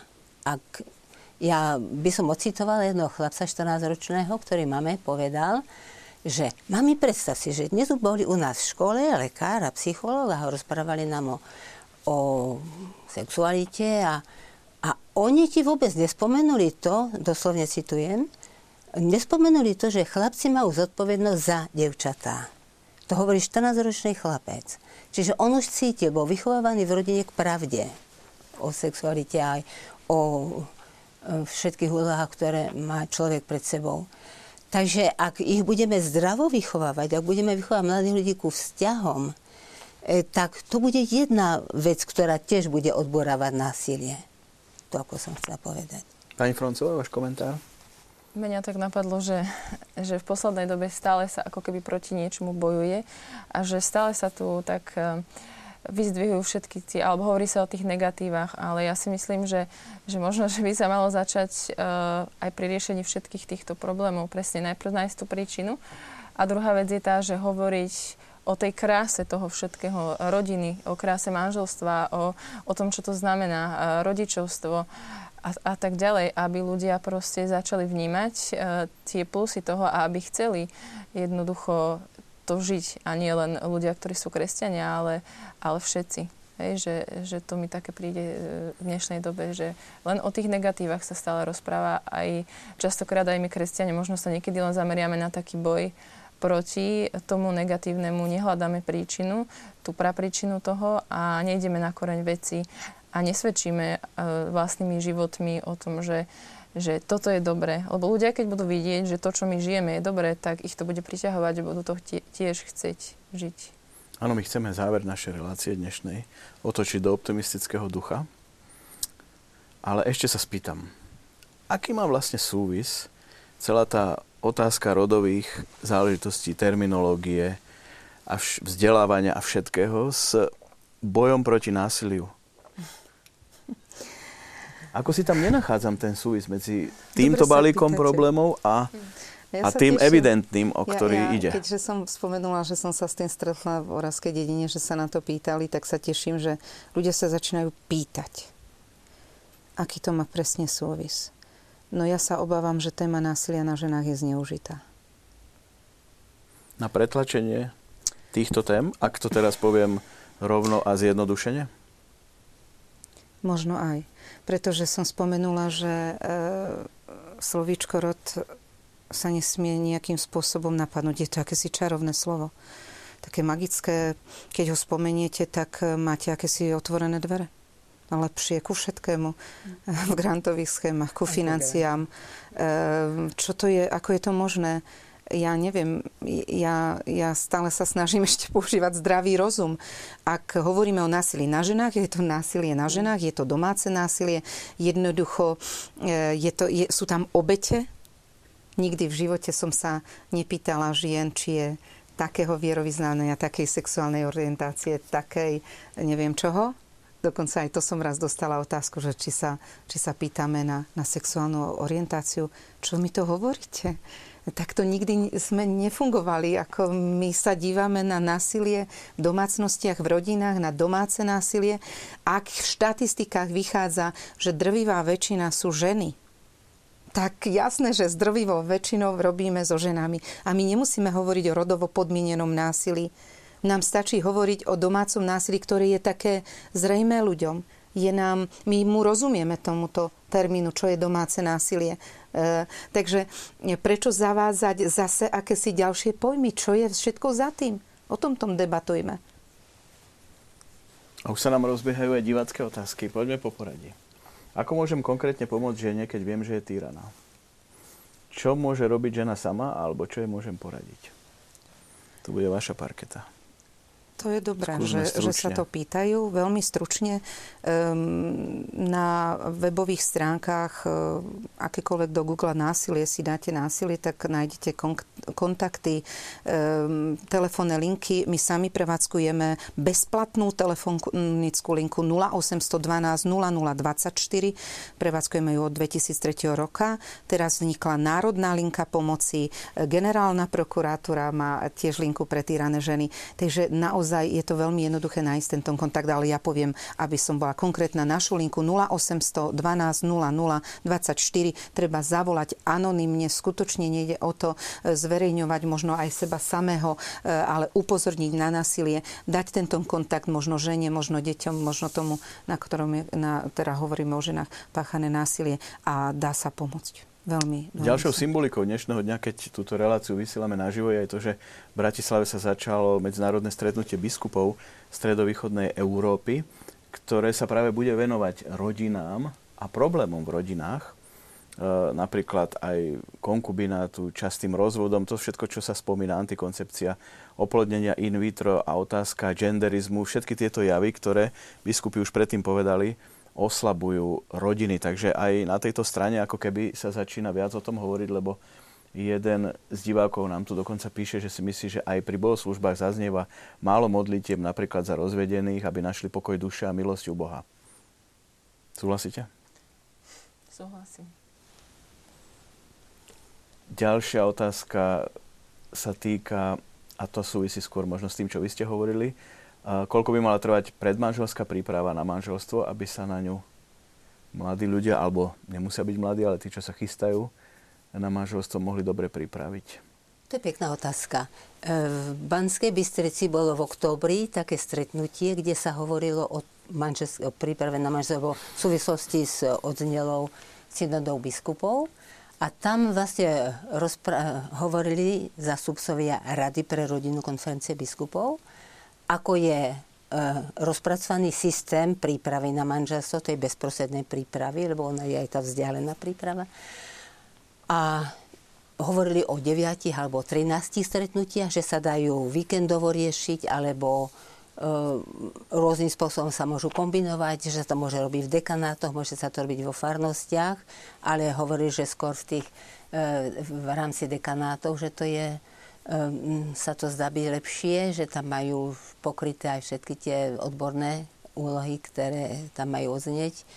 Ja by som ocitovala jedného chlapca 14-ročného, ktorý mame povedal, že mami, predstav si, že dnes boli u nás v škole lekár a psychológ a rozprávali nám o sexualite a oni ti vôbec nespomenuli to, doslovne citujem, nespomenuli to, že chlapci majú zodpovednosť za dievčatá. To hovorí 14-ročný chlapec. Čiže on už cítil, bol vychovávaný v rodine k pravde o sexualite aj o všetkých úlohách, ktoré má človek pred sebou. Takže ak ich budeme zdravo vychovávať, ak budeme vychovávať mladých ľudí ku vzťahom, tak to bude jedna vec, ktorá tiež bude odborávať násilie. To, ako som chcela povedať. Pani Froncová, váš komentár? Mňa tak napadlo, že v poslednej dobe stále sa ako keby proti niečomu bojuje a že stále sa tu tak vyzdvihujú všetky tie, alebo hovorí sa o tých negatívach, ale ja si myslím, že možno, že by sa malo začať aj pri riešení všetkých týchto problémov presne najprv nájsť tú príčinu. A druhá vec je tá, že hovoriť o tej kráse toho všetkého, rodiny, o kráse manželstva, o tom, čo to znamená, rodičovstvo a tak ďalej, aby ľudia proste začali vnímať tie plusy toho a aby chceli jednoducho to žiť. A nie len ľudia, ktorí sú kresťania, ale všetci. Hej, že to mi také príde v dnešnej dobe, že len o tých negatívach sa stále rozpráva. Aj častokrát aj my kresťania možno sa niekedy len zameriame na taký boj proti tomu negatívnemu, nehľadáme príčinu, tú prapríčinu toho a nejdeme na koreň veci a nesvedčíme vlastnými životmi o tom, že toto je dobré. Lebo ľudia, keď budú vidieť, že to, čo my žijeme, je dobré, tak ich to bude priťahovať, že budú to tiež chcieť žiť. Áno, my chceme záver našej relácie dnešnej otočiť do optimistického ducha. Ale ešte sa spýtam, aký má vlastne súvis celá tá otázka rodových záležitostí, terminológie a vzdelávania a všetkého s bojom proti násiliu? Ako si tam nenachádzam ten súvis medzi týmto balíkom problémov a tým evidentným, o ktorý ide? Keďže som spomenula, že som sa s tým stretla v Oravskej dedine, že sa na to pýtali, tak sa teším, že ľudia sa začínajú pýtať, aký to má presne súvis. No ja sa obávam, že téma násilia na ženách je zneužitá. Na pretlačenie týchto tém, ak to teraz poviem rovno a zjednodušene? Možno aj. Pretože som spomenula, že slovíčko rod sa nesmie nejakým spôsobom napadnúť. Je to akési čarovné slovo. Také magické. Keď ho spomeniete, tak máte akési otvorené dvere. Lepšie ku všetkému. V grantových schémach, ku financiám. Čo to je, ako je to možné? Ja neviem, ja stále sa snažím ešte používať zdravý rozum. Ak hovoríme o násilí na ženách, je to násilie na ženách, je to domáce násilie, jednoducho sú tam obete. Nikdy v živote som sa nepýtala žien, či je takého vierovyznania, takej sexuálnej orientácie, takej neviem čoho. Dokonca aj to som raz dostala otázku, že či sa pýtame na sexuálnu orientáciu. Čo mi to hovoríte? Takto nikdy sme nefungovali, ako my sa dívame na násilie v domácnostiach, v rodinách, na domáce násilie. Ak v štatistikách vychádza, že drvivá väčšina sú ženy, tak jasné, že s drvivou väčšinou robíme so ženami. A my nemusíme hovoriť o rodovo podmienenom násilí. Nám stačí hovoriť o domácom násilí, ktoré je také zrejmé ľuďom. My mu rozumieme tomuto termínu, čo je domáce násilie. Takže prečo zavádzať zase akési ďalšie pojmy? Čo je všetko za tým? O tom debatujme. A už sa nám rozbiehajú aj divácké otázky. Poďme po poradí. Ako môžem konkrétne pomôcť žene, keď viem, že je týraná? Čo môže robiť žena sama, alebo čo jej môžem poradiť? To bude vaša parketa. To je dobré, že sa to pýtajú. Veľmi stručne na webových stránkach akékoľvek do Google násilie si dáte násilie, tak nájdete kontakty, telefónne linky. My sami prevádzkujeme bezplatnú telefonickú linku 0812 0024. Prevádzkujeme ju od 2003 roka. Teraz vznikla Národná linka pomoci. Generálna prokuratúra má tiež linku pre týrané ženy. Takže naozaj je to veľmi jednoduché nájsť tento kontakt, ale ja poviem, aby som bola konkrétna, našu linku 0800 12 00 24. Treba zavolať anonymne, skutočne nejde o to zverejňovať možno aj seba samého, ale upozorniť na násilie, dať tento kontakt možno žene, možno deťom, možno tomu, na ktorom teda hovoríme o ženách, páchané násilie a dá sa pomôcť. Veľmi. Ďalšou symbolikou dnešného dňa, keď túto reláciu vysielame naživo, je aj to, že v Bratislave sa začalo medzinárodné stretnutie biskupov stredovýchodnej Európy, ktoré sa práve bude venovať rodinám a problémom v rodinách, napríklad aj konkubinátu, častým rozvodom, to všetko, čo sa spomína, antikoncepcia, oplodnenia in vitro a otázka genderizmu, všetky tieto javy, ktoré biskupy už predtým povedali, oslabujú rodiny. Takže aj na tejto strane ako keby sa začína viac o tom hovoriť, lebo jeden z divákov nám tu dokonca píše, že si myslí, že aj pri bohoslúžbách zaznieva málo modlitieb napríklad za rozvedených, aby našli pokoj duše a milosť u Boha. Súhlasíte? Súhlasím. Ďalšia otázka sa týka, a to súvisí skôr možno s tým, čo vy ste hovorili, koľko by mala trvať predmanželská príprava na manželstvo, aby sa na ňu mladí ľudia, alebo nemusia byť mladí, ale tí, čo sa chystajú na manželstvo, mohli dobre pripraviť? To je pekná otázka. V Banskej Bystrici bolo v októbri také stretnutie, kde sa hovorilo o príprave na manželstvo v súvislosti s odznelou synodou biskupov. A tam vlastne hovorili zástupcovia Rady pre rodinu konferencie biskupov, ako je rozpracovaný systém prípravy na manželstvo, tej bezprostrednej prípravy, lebo ona je aj tá vzdialená príprava. A hovorili o 9 alebo 13 stretnutiach, že sa dajú víkendovo riešiť, alebo rôznym spôsobom sa môžu kombinovať, že sa to môže robiť v dekanátoch, môže sa to robiť vo farnostiach, ale hovorili, že skôr v rámci dekanátov, že to je sa to zdá byť lepšie, že tam majú pokryté aj všetky tie odborné úlohy, ktoré tam majú odznieť,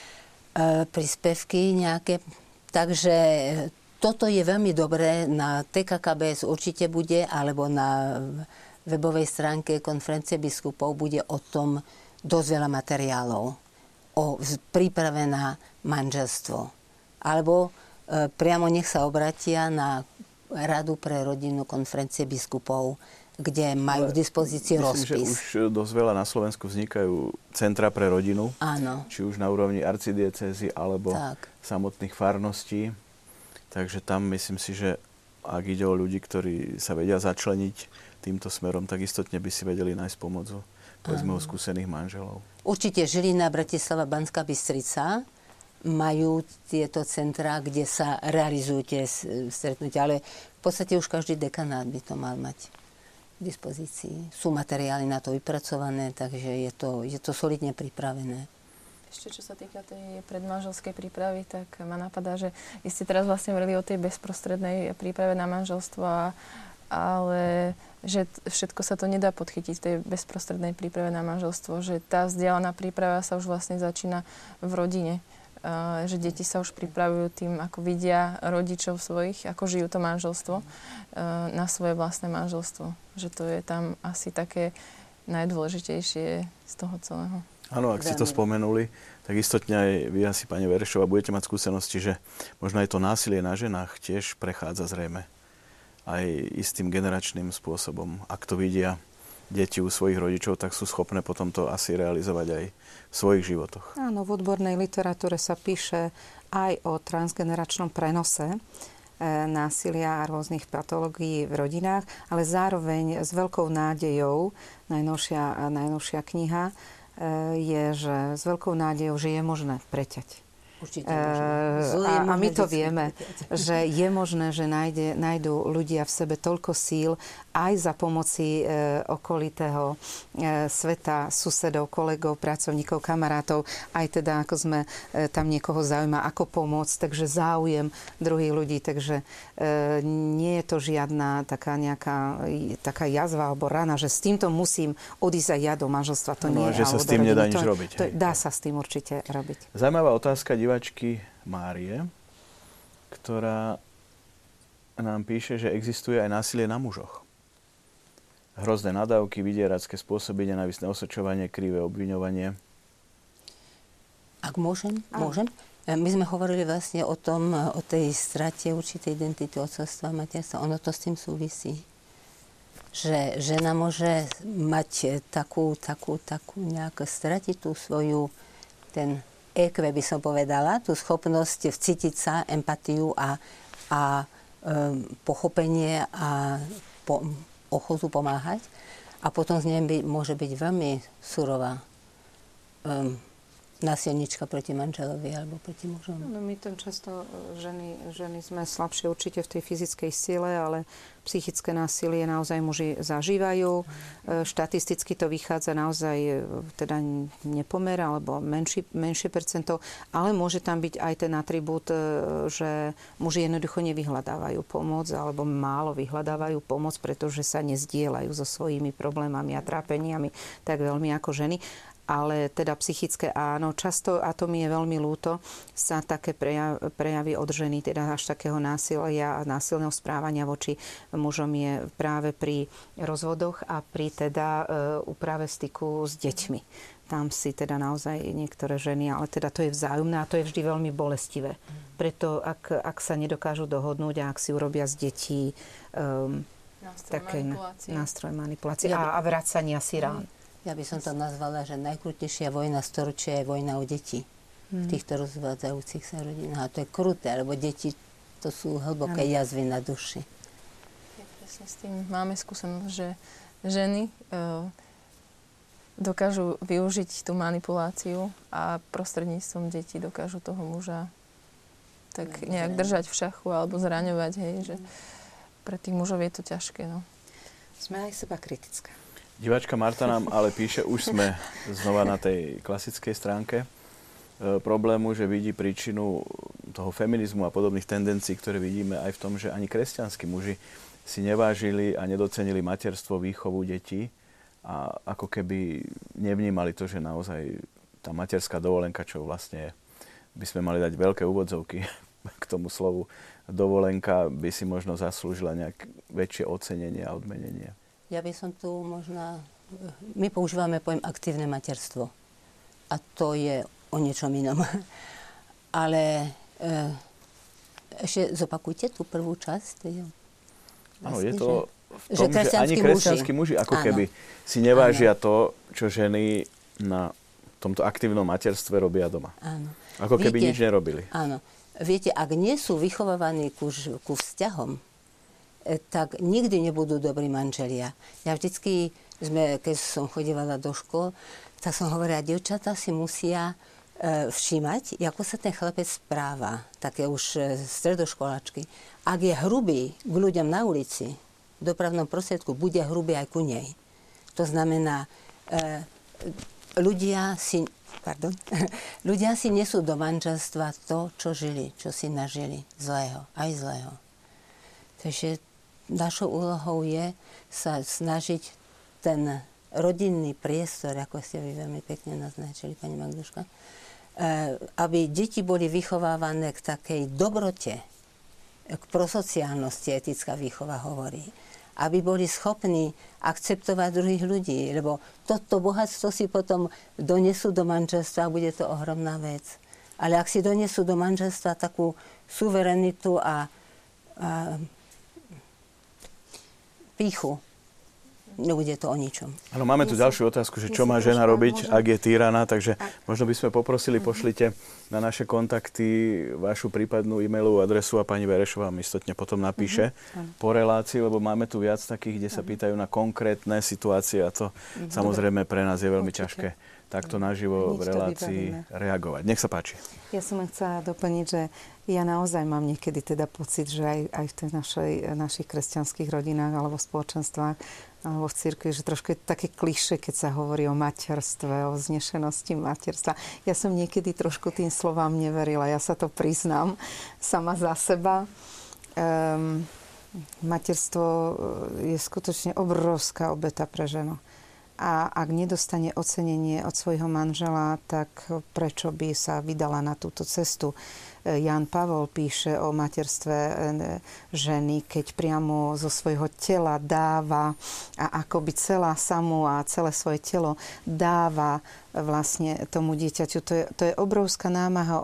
príspevky nejaké. Takže toto je veľmi dobré, na TKKBS určite bude, alebo na webovej stránke konferencie biskupov bude o tom dosť veľa materiálov, o príprave na manželstvo. Alebo priamo nech sa obratia na Radu pre rodinu konferencie biskupov, kde majú k dispozícii rozpis. Myslím, že už dosť veľa na Slovensku vznikajú centra pre rodinu. Áno. Či už na úrovni arcidiecézy, alebo samotných farností. Takže tam myslím si, že ak ide o ľudí, ktorí sa vedia začleniť týmto smerom, tak istotne by si vedeli nájsť pomoc, povedzme, o skúsených manželov. Určite Žilina, Bratislava, Banská Bystrica majú tieto centrá, kde sa realizujú tie stretnutia, ale v podstate už každý dekanát by to mal mať k dispozícii. Sú materiály na to vypracované, takže je to solidne pripravené. Ešte čo sa týka tej predmanželskej prípravy, tak ma napadá, že vy ste teraz vlastne hovorili o tej bezprostrednej príprave na manželstvo, ale že všetko sa to nedá podchytiť v tej bezprostrednej príprave na manželstvo, že tá vzdialená príprava sa už vlastne začína v rodine. že deti sa už pripravujú tým, ako vidia rodičov svojich, ako žijú to manželstvo, na svoje vlastné manželstvo. Že to je tam asi také najdôležitejšie z toho celého. Áno, ak ste to spomenuli, tak istotne aj vy asi, pani Verešová, budete mať skúsenosti, že možno aj to násilie na ženách tiež prechádza zrejme aj istým generačným spôsobom. Ak to vidia deti u svojich rodičov, tak sú schopné potom to asi realizovať aj v svojich životoch. Áno, v odbornej literatúre sa píše aj o transgeneračnom prenose násilia a rôznych patológií v rodinách, ale zároveň s veľkou nádejou, najnovšia kniha je, že s veľkou nádejou, že je možné preťať. Určite možné. A my to vieme, že je možné, že nájdú ľudia v sebe toľko síl aj za pomoci okolitého sveta, susedov, kolegov, pracovníkov, kamarátov, aj teda ako sme tam niekoho zaujíma, ako pomôcť, takže záujem druhých ľudí, takže nie je to žiadna taká jazva alebo rana, že s týmto musím odísť aj ja do manželstva. To nie je. Že sa s tým nedá nič robiť. Dá sa s tým určite robiť. Zaujímavá otázka diváčky Márie, ktorá nám píše, že existuje aj násilie na mužoch. Hrozné nadávky, vydieracké spôsoby, nenávistné osočovanie, krivé obviňovanie. Ak môžem? Môžem. My sme hovorili vlastne o tej strate určitej identity otcovstva a materstva. Ono to s tým súvisí. Že žena môže mať takú nejakú stratiť tú svoju, ten EQ by som povedala, tú schopnosť vcítiť sa, empatiu a pochopenie a ochotu pomáhať. A potom z nej môže byť veľmi surová násilnička proti manželovi alebo proti mužom. No my tam často ženy sme slabšie určite v tej fyzickej sile, ale psychické násilie naozaj muži zažívajú. Štatisticky to vychádza naozaj teda nepomer alebo menšie percento, ale môže tam byť aj ten atribút, že muži jednoducho nevyhľadávajú pomoc alebo málo vyhľadávajú pomoc, pretože sa nezdieľajú so svojimi problémami a trápeniami tak veľmi ako ženy. Ale teda psychické áno. Často, a to mi je veľmi ľúto, sa také prejavy od ženy, teda až takého násilia a násilného správania voči mužom je práve pri rozvodoch a pri teda úprave styku s deťmi. Tam si teda naozaj niektoré ženy, ale teda to je vzájomné a to je vždy veľmi bolestivé. Preto ak sa nedokážu dohodnúť a ak si urobia z detí nástroj manipulácie a vracania si rán. Ja by som to nazvala, že najkrutejšia vojna storočia je vojna o deti v týchto rozvádzajúcich sa rodinách. A to je kruté, lebo deti to sú hlboké jazvy na duši. Presne s tým máme skúsenosť, že ženy dokážu využiť tú manipuláciu a prostredníctvom detí dokážu toho muža tak nejak držať v šachu alebo zraňovať. Hej, že pre tých mužov je to ťažké. No. Sme aj seba kritická. Diváčka Marta nám ale píše, už sme znova na tej klasickej stránke problému, že vidí príčinu toho feminizmu a podobných tendencií, ktoré vidíme aj v tom, že ani kresťanskí muži si nevážili a nedocenili materstvo, výchovu detí a ako keby nevnímali to, že naozaj tá materská dovolenka, čo vlastne by sme mali dať veľké úvodzovky k tomu slovu dovolenka, by si možno zaslúžila nejak väčšie ocenenie a odmenenie. Ja by som tu možno... My používame pojem aktívne materstvo. A to je o niečom inom. Ale ešte zopakujte tú prvú časť. Áno, je to v tom, že ani kresťanskí muži ako keby si nevážia to, čo ženy na tomto aktívnom materstve robia doma. Áno. Ako keby nič nerobili. Áno. Viete, ak nie sú vychovávaní ku vzťahom, tak nikdy nebudú dobrí manželia. Ja vždycky, keď som chodívala do škôl, tak som hovorila, dievčatá si musia všímať, ako sa ten chlapec správa, také už stredoškoláčky. Ak je hrubý k ľuďom na ulici, v dopravnom prostriedku, bude hrubý aj ku nej. To znamená, ľudia si nesú do manželstva to, čo žili, čo si nažili, zlého, aj zlého. Takže našou úlohou je sa snažiť ten rodinný priestor, ako ste vy veľmi pekne naznačili, pani Magduška, aby deti boli vychovávané k takej dobrote, k prosociálnosti, etická výchova hovorí. Aby boli schopní akceptovať druhých ľudí, lebo toto bohatstvo si potom donesú do manželstva a bude to ohromná vec. Ale ak si donesú do manželstva takú suverenitu a pýchu, nebude to o ničom. Áno, máme tu ďalšiu otázku, že čo má žena robiť, ak je týraná, takže možno by sme poprosili, pošlite na naše kontakty vašu prípadnú e-mailovú adresu a pani Verešová vám istotne potom napíše po relácii, lebo máme tu viac takých, kde sa pýtajú na konkrétne situácie a to samozrejme pre nás je veľmi ťažké takto naživo v relácii reagovať. Nech sa páči. Ja som chcela doplniť, že ja naozaj mám niekedy teda pocit, že aj v tej našich kresťanských rodinách alebo spoločenstvách alebo v cirkvi, že trošku je také klišé, keď sa hovorí o materstve, o vznešenosti materstva. Ja som niekedy trošku tým slovám neverila. Ja sa to priznám sama za seba. Materstvo je skutočne obrovská obeta pre ženu. A ak nedostane ocenenie od svojho manžela, tak prečo by sa vydala na túto cestu? Ján Pavol píše o materstve ženy, keď priamo zo svojho tela dáva a akoby celá samu a celé svoje telo dáva vlastne tomu dieťaťu. To je obrovská námaha,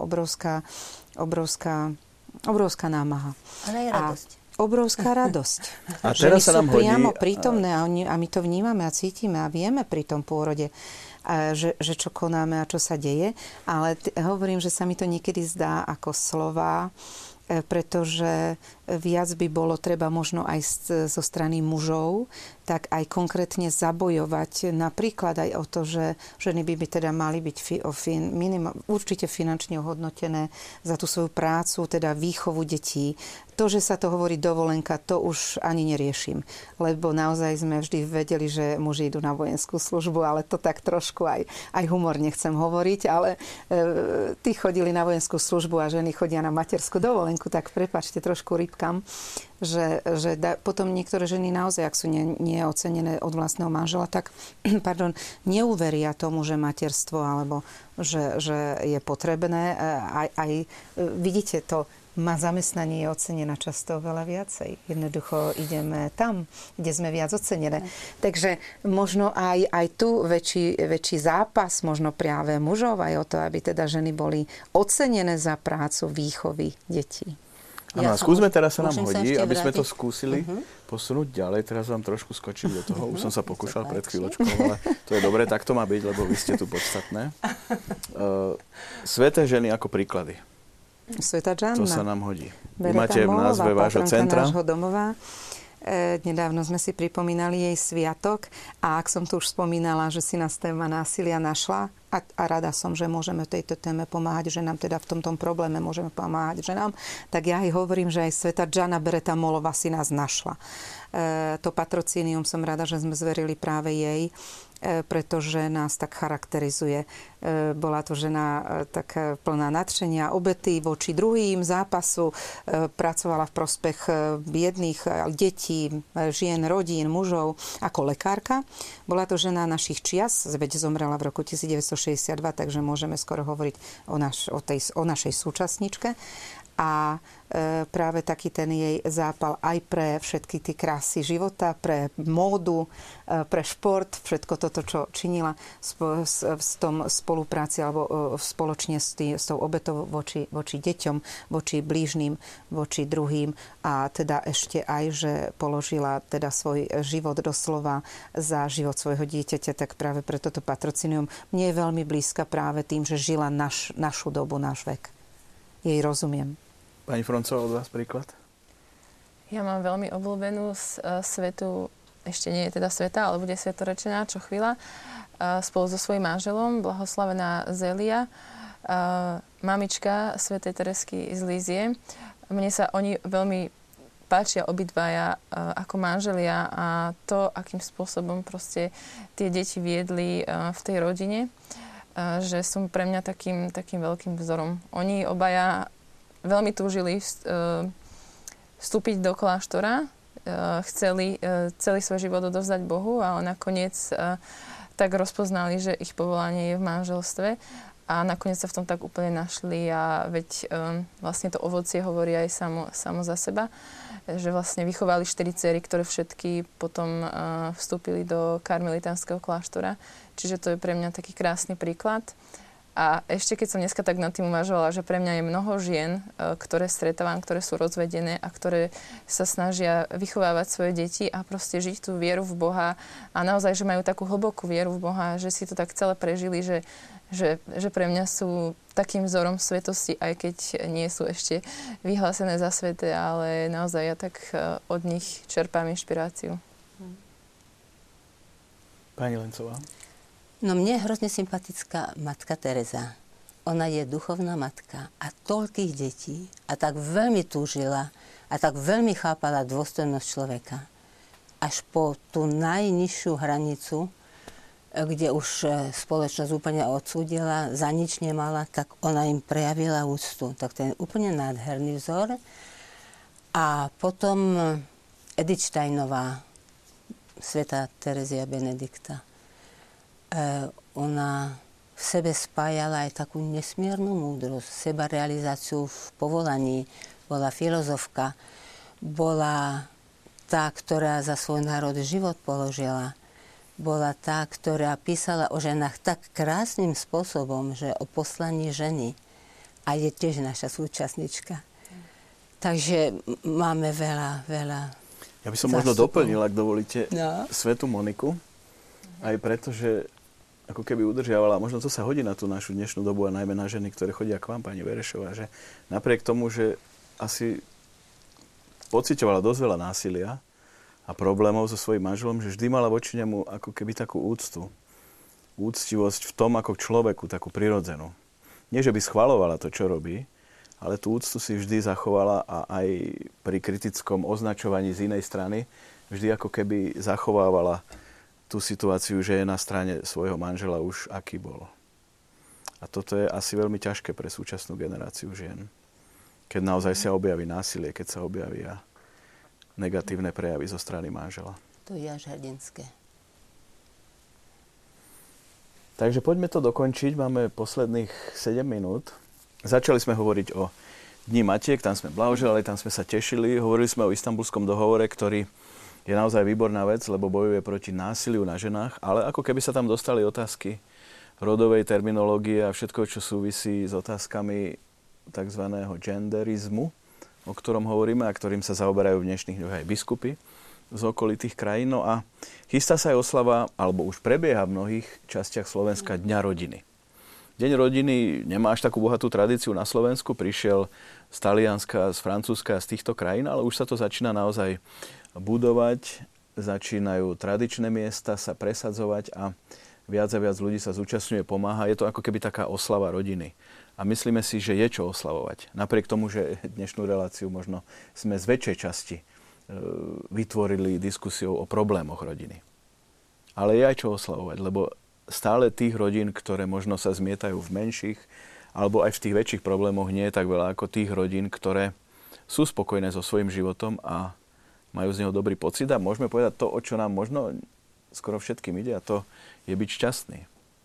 obrovská námaha. Ale je radosť. Obrovská radosť. A teraz sa nám hodí... priamo prítomné a my to vnímame a cítime a vieme pri tom pôrode, že čo konáme a čo sa deje. Ale hovorím, že sa mi to niekedy zdá ako slová, pretože viac by bolo treba možno aj zo strany mužov, tak aj konkrétne zabojovať napríklad aj o to, že ženy by teda mali byť určite finančne ohodnotené za tú svoju prácu, teda výchovu detí. To, že sa to hovorí dovolenka, to už ani neriešim. Lebo naozaj sme vždy vedeli, že muži idú na vojenskú službu, ale to tak trošku aj humor nechcem hovoriť, ale tí chodili na vojenskú službu a ženy chodia na materskú dovolenku, tak prepáčte, trošku rybkam, že potom niektoré ženy naozaj, ak sú neocenené od vlastného manžela, tak neuveria tomu, že materstvo alebo že je potrebné. Aj vidíte to, má zamestnanie je ocenená často veľa viacej. Jednoducho ideme tam, kde sme viac ocenené. Takže možno aj tu väčší zápas, možno práve mužov aj o to, aby teda ženy boli ocenené za prácu výchovy detí. Áno, skúsme teraz sa nám hodí, aby sme to skúsili posunúť ďalej. Teraz vám trošku skočím do toho. Už som sa pokúšal pred chvíľočkou, ale to je dobre, tak to má byť, lebo vy ste tu podstatné. Sväté ženy ako príklady. Svätá Džanna. To sa nám hodí. Vy máte v názve vášho centra. Nášho domova. Nedávno sme si pripomínali jej sviatok a ak som tu už spomínala, že si nás téma násilia našla a rada som, že môžeme v tejto téme pomáhať ženám, teda v tomto probléme môžeme pomáhať ženám, tak ja aj hovorím, že aj svätá Džanna Beretta-Mollova si nás našla. To patrocínium som rada, že sme zverili práve jej, pretože nás tak charakterizuje. Bola to žena tak plná nadšenia, obety voči druhým, zápasu, pracovala v prospech biedných detí, žien, rodín, mužov ako lekárka. Bola to žena našich čias, veď zomrela v roku 1962, takže môžeme skoro hovoriť o našej súčasničke. A práve taký ten jej zápal aj pre všetky tie krásy života, pre módu, pre šport, všetko toto, čo činila v tom spolupráci alebo spoločne s tou obetou voči deťom, voči blížnym, voči druhým a teda ešte aj, že položila teda svoj život doslova za život svojho dieťaťa, tak práve pre toto patrocinium mne je veľmi blízka práve tým, že žila našu dobu, náš vek. Jej rozumiem. Pani Froncová, od vás príklad? Ja mám veľmi obľúbenú svetu, ešte nie je teda sveta, ale bude svetorečená čo chvíľa, spolu so svojím manželom, blahoslavená Zélia, mamička svätej Teresky z Lízie. Mne sa oni veľmi páčia obidvaja ako manželia a to, akým spôsobom proste tie deti viedli v tej rodine, že sú pre mňa takým veľkým vzorom. Oni obaja veľmi túžili vstúpiť do kláštora, chceli celý svoj život odovzdať Bohu, ale nakoniec tak rozpoznali, že ich povolanie je v manželstve A nakoniec sa v tom tak úplne našli a veď vlastne to ovocie hovorí aj samo za seba, že vlastne vychovali 4 dcery, ktoré všetky potom vstúpili do karmelitánskeho kláštora. Čiže to je pre mňa taký krásny príklad. A ešte keď som dneska tak nad tým uvažovala, že pre mňa je mnoho žien, ktoré stretávam, ktoré sú rozvedené a ktoré sa snažia vychovávať svoje deti a proste žiť tú vieru v Boha a naozaj, že majú takú hlbokú vieru v Boha, že si to tak celé prežili, že pre mňa sú takým vzorom svetosti, aj keď nie sú ešte vyhlásené za sväté, ale naozaj ja tak od nich čerpám inšpiráciu. Pani Lencová. No mne je hrozne sympatická matka Teresa. Ona je duchovná matka a toľkých detí a tak veľmi túžila a tak veľmi chápala dôstojnosť človeka. Až po tú najnižšiu hranicu, kde už spoločnosť úplne odsúdila, za nič nemala, tak ona im prejavila úctu. Tak to je úplne nádherný vzor. A potom Edith Steinová, svätá Terezia Benedikta. Ona v sebe spájala aj takú nesmiernu múdrosť, sebarealizáciu v povolaní. Bola filozofka, bola tá, ktorá za svoj národ život položila. Bola tá, ktorá písala o ženách tak krásnym spôsobom, že o poslaní ženy. A je tiež naša súčasnička. Takže máme veľa. Ja by som možno doplnil, ak dovolíte, svätú Moniku. Aj preto, že ako keby udržiavala, možno to sa hodí na tú našu dnešnú dobu a najmä na ženy, ktoré chodia k vám, pani Verešová, že napriek tomu, že asi pociťovala dosť veľa násilia a problémov so svojím manželom, že vždy mala voči nemu ako keby takú úctu. Úctivosť v tom ako k človeku, takú prirodzenú. Nie, že by schvaľovala to, čo robí, ale tú úctu si vždy zachovala a aj pri kritickom označovaní z inej strany vždy ako keby zachovávala tú situáciu, že je na strane svojho manžela už aký bol. A toto je asi veľmi ťažké pre súčasnú generáciu žien. Keď naozaj sa objaví násilie, keď sa objavia negatívne prejavy zo strany manžela. To je až hrdinské. Takže poďme to dokončiť. Máme posledných 7 minút. Začali sme hovoriť o Dni Matiek, tam sme blahoželali, tam sme sa tešili. Hovorili sme o Istanbulskom dohovore, ktorý je naozaj výborná vec, lebo bojuje proti násiliu na ženách, ale ako keby sa tam dostali otázky rodovej terminológie a všetko, čo súvisí s otázkami tzv. Genderizmu, o ktorom hovoríme a ktorým sa zaoberajú v dnešných dňoch aj biskupy z okolitých krajín. No a chystá sa aj oslava, alebo už prebieha v mnohých častiach Slovenska Dňa rodiny. Deň rodiny nemá až takú bohatú tradíciu na Slovensku, prišiel z Talianska, z Francúzska, z týchto krajín, ale už sa to začína naozaj budovať, začínajú tradičné miesta sa presadzovať a viac ľudí sa zúčastňuje, pomáha. Je to ako keby taká oslava rodiny. A myslíme si, že je čo oslavovať. Napriek tomu, že dnešnú reláciu možno sme z väčšej časti vytvorili diskusiou o problémoch rodiny. Ale je aj čo oslavovať, lebo stále tých rodín, ktoré možno sa zmietajú v menších, alebo aj v tých väčších problémoch nie je tak veľa ako tých rodín, ktoré sú spokojné so svojím životom a majú z neho dobrý pocit a môžeme povedať to, o čo nám možno skoro všetkým ide, a to je byť šťastný.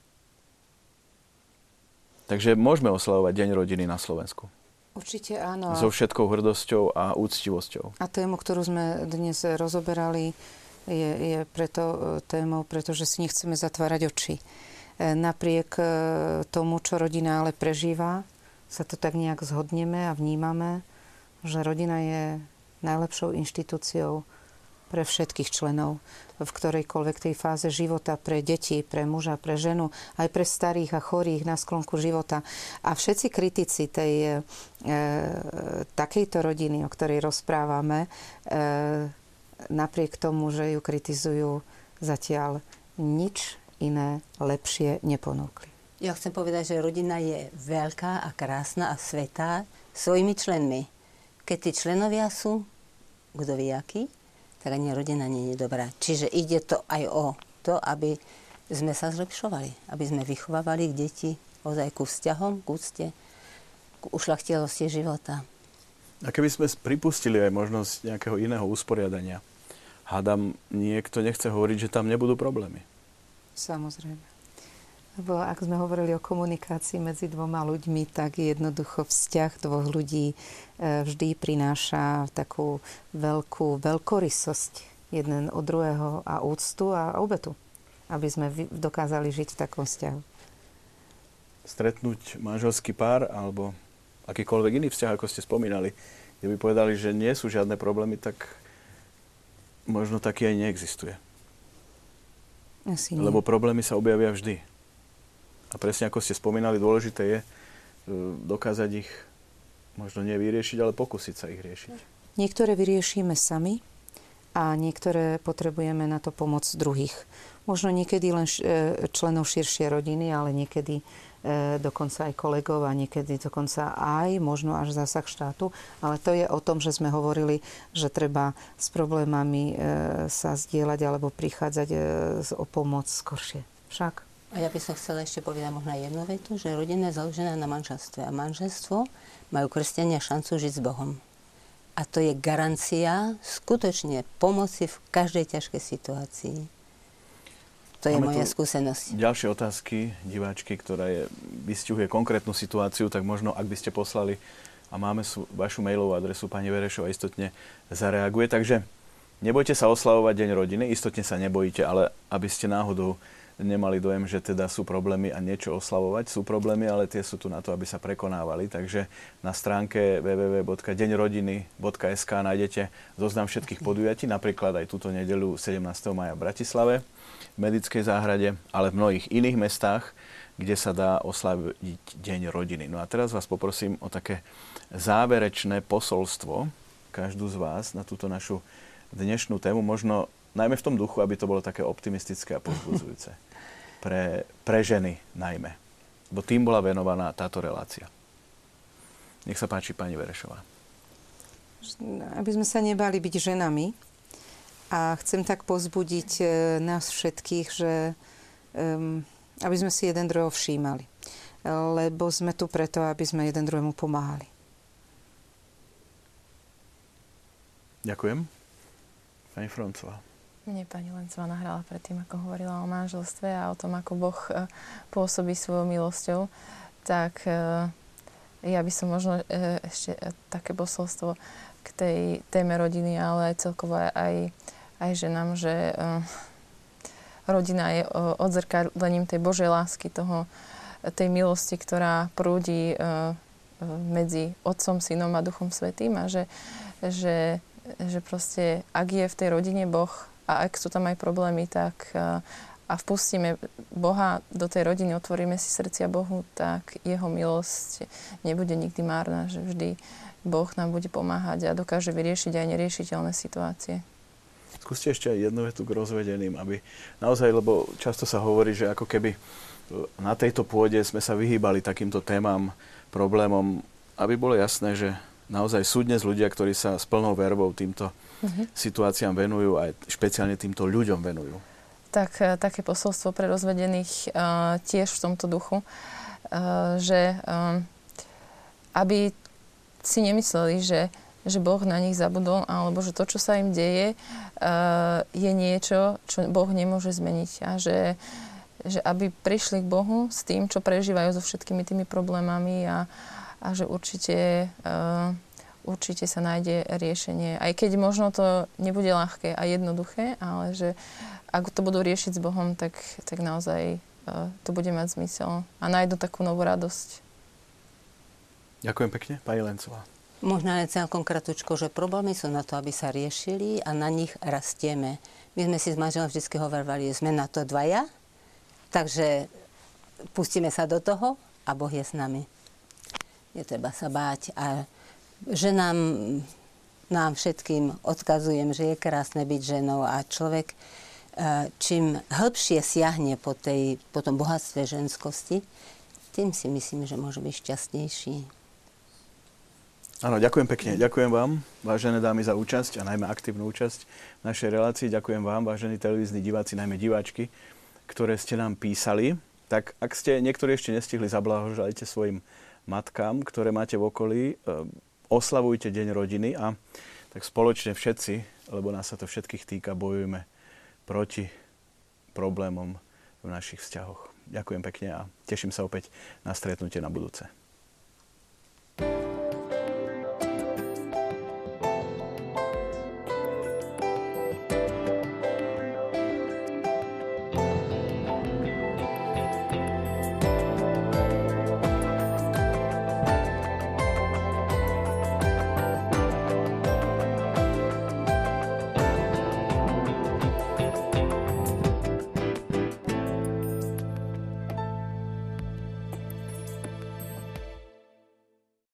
Takže môžeme oslavovať Deň rodiny na Slovensku. Určite áno. So všetkou hrdosťou a úctivosťou. A tému, ktorú sme dnes rozoberali, je preto témou, pretože si nechceme zatvárať oči. Napriek tomu, čo rodina ale prežíva, sa to tak nejak zhodneme a vnímame, že rodina je najlepšou inštitúciou pre všetkých členov v ktorejkoľvek tej fáze života, pre deti, pre muža, pre ženu, aj pre starých a chorých na sklonku života. A všetci kritici tej takejto rodiny, o ktorej rozprávame, napriek tomu, že ju kritizujú, zatiaľ nič iné lepšie neponúkli. Ja chcem povedať, že rodina je veľká a krásna a svätá svojimi členmi. Keď tí členovia sú, kto vie aký, tak ani rodina nie je dobrá. Čiže ide to aj o to, aby sme sa zlepšovali, aby sme vychovávali deti ozaj ku vzťahom, k úcte, k ušľachtilosti života. A keby sme pripustili aj možnosť nejakého iného usporiadania, hádam, niekto nechce hovoriť, že tam nebudú problémy. Samozrejme. Lebo ak sme hovorili o komunikácii medzi dvoma ľuďmi, tak jednoducho vzťah dvoch ľudí vždy prináša takú veľkorysosť jeden od druhého a úctu a obetu, aby sme dokázali žiť v takom vzťahu. Stretnúť manželský pár alebo akýkoľvek iný vzťah, ako ste spomínali, kde by povedali, že nie sú žiadne problémy, tak možno taký aj neexistuje. Asi nie. Lebo problémy sa objavia vždy. A presne ako ste spomínali, dôležité je dokázať ich možno nie vyriešiť, ale pokúsiť sa ich riešiť. Niektoré vyriešime sami a niektoré potrebujeme na to pomoc druhých. Možno niekedy len členov širšej rodiny, ale niekedy dokonca aj kolegov a niekedy dokonca aj možno až zásah štátu. Ale to je o tom, že sme hovorili, že treba s problémami sa zdieľať alebo prichádzať o pomoc skoršie. Však. A ja by som chcela ešte povedať možno jednu vetu, že rodina je založená na manželstve. A manželstvo majú kresťania šancu žiť s Bohom. A to je garancia skutočne pomoci v každej ťažkej situácii. To je moja skúsenosť. Ďalšie otázky diváčky, ktorá vysťahuje konkrétnu situáciu, tak možno, ak by ste poslali a máme vašu mailovú adresu, pani Verešová istotne zareaguje. Takže nebojte sa oslavovať Deň rodiny, istotne sa nebojíte, ale aby ste náhodou nemali dojem, že teda sú problémy a niečo oslavovať. Sú problémy, ale tie sú tu na to, aby sa prekonávali. Takže na stránke www.deňrodiny.sk nájdete zoznam všetkých podujatí, napríklad aj túto nedeľu 17. maja v Bratislave, v Medickej záhrade, ale v mnohých iných mestách, kde sa dá oslaviť Deň rodiny. No a teraz vás poprosím o také záverečné posolstvo, každú z vás, na túto našu dnešnú tému, možno najmä v tom duchu, aby to bolo také optimistické a povzbudzujúce. Pre ženy najmä. Bo tým bola venovaná táto relácia. Nech sa páči, pani Verešová. Aby sme sa nebali byť ženami. A chcem tak povzbudiť nás všetkých, že aby sme si jeden druhého všímali. Lebo sme tu preto, aby sme jeden druhému pomáhali. Ďakujem. Pani Froncová. Mne pani Lencová nahrala predtým, ako hovorila o manželstve a o tom, ako Boh pôsobí svojou milosťou, tak ja by som možno ešte také posolstvo k tej téme rodiny, ale aj celkovo aj ženám, že rodina je odzrkadlením tej Božej lásky, tej milosti, ktorá prúdi medzi Otcom, Synom a Duchom Svätým a že proste, ak je v tej rodine Boh a ak sú tam aj problémy, tak a vpustíme Boha do tej rodiny, otvoríme si srdcia Bohu, tak jeho milosť nebude nikdy márna, že vždy Boh nám bude pomáhať a dokáže vyriešiť aj neriešiteľné situácie. Skúste ešte aj jednu vetu k rozvedeným, aby naozaj, lebo často sa hovorí, že ako keby na tejto pôde sme sa vyhýbali takýmto témam, problémom, aby bolo jasné, že naozaj sú dnes ľudia, ktorí sa s plnou vervou týmto situáciám venujú a špeciálne týmto ľuďom venujú. Tak také posolstvo pre rozvedených tiež v tomto duchu, že aby si nemysleli, že Boh na nich zabudol, alebo že to, čo sa im deje, je niečo, čo Boh nemôže zmeniť. A že aby prišli k Bohu s tým, čo prežívajú so všetkými tými problémami a že určite sa nájde riešenie. Aj keď možno to nebude ľahké a jednoduché, ale že ak to budú riešiť s Bohom, tak naozaj to bude mať zmysel a nájdu takú novú radosť. Ďakujem pekne, pani Lencová. Možno len celkom kratučko, že problémy sú na to, aby sa riešili a na nich rastieme. My sme si s manželom vždy hovorili, že sme na to dvaja, takže pustíme sa do toho a Boh je s nami. Netreba sa báť a nám všetkým odkazujem, že je krásne byť ženou a človek čím hĺbšie siahne po tom bohatstve ženskosti, tým si myslím, že môže byť šťastnejší. Áno, ďakujem pekne. Ďakujem vám, vážené dámy, za účasť a najmä aktívnu účasť v našej relácii. Ďakujem vám, vážení televízni diváci, najmä diváčky, ktoré ste nám písali. Tak ak ste niektorí ešte nestihli, zablahoželajte svojim matkám, ktoré máte v okolí. Oslavujte Deň rodiny a tak spoločne všetci, lebo nás sa to všetkých týka, bojujeme proti problémom v našich vzťahoch. Ďakujem pekne a teším sa opäť na stretnutie na budúce.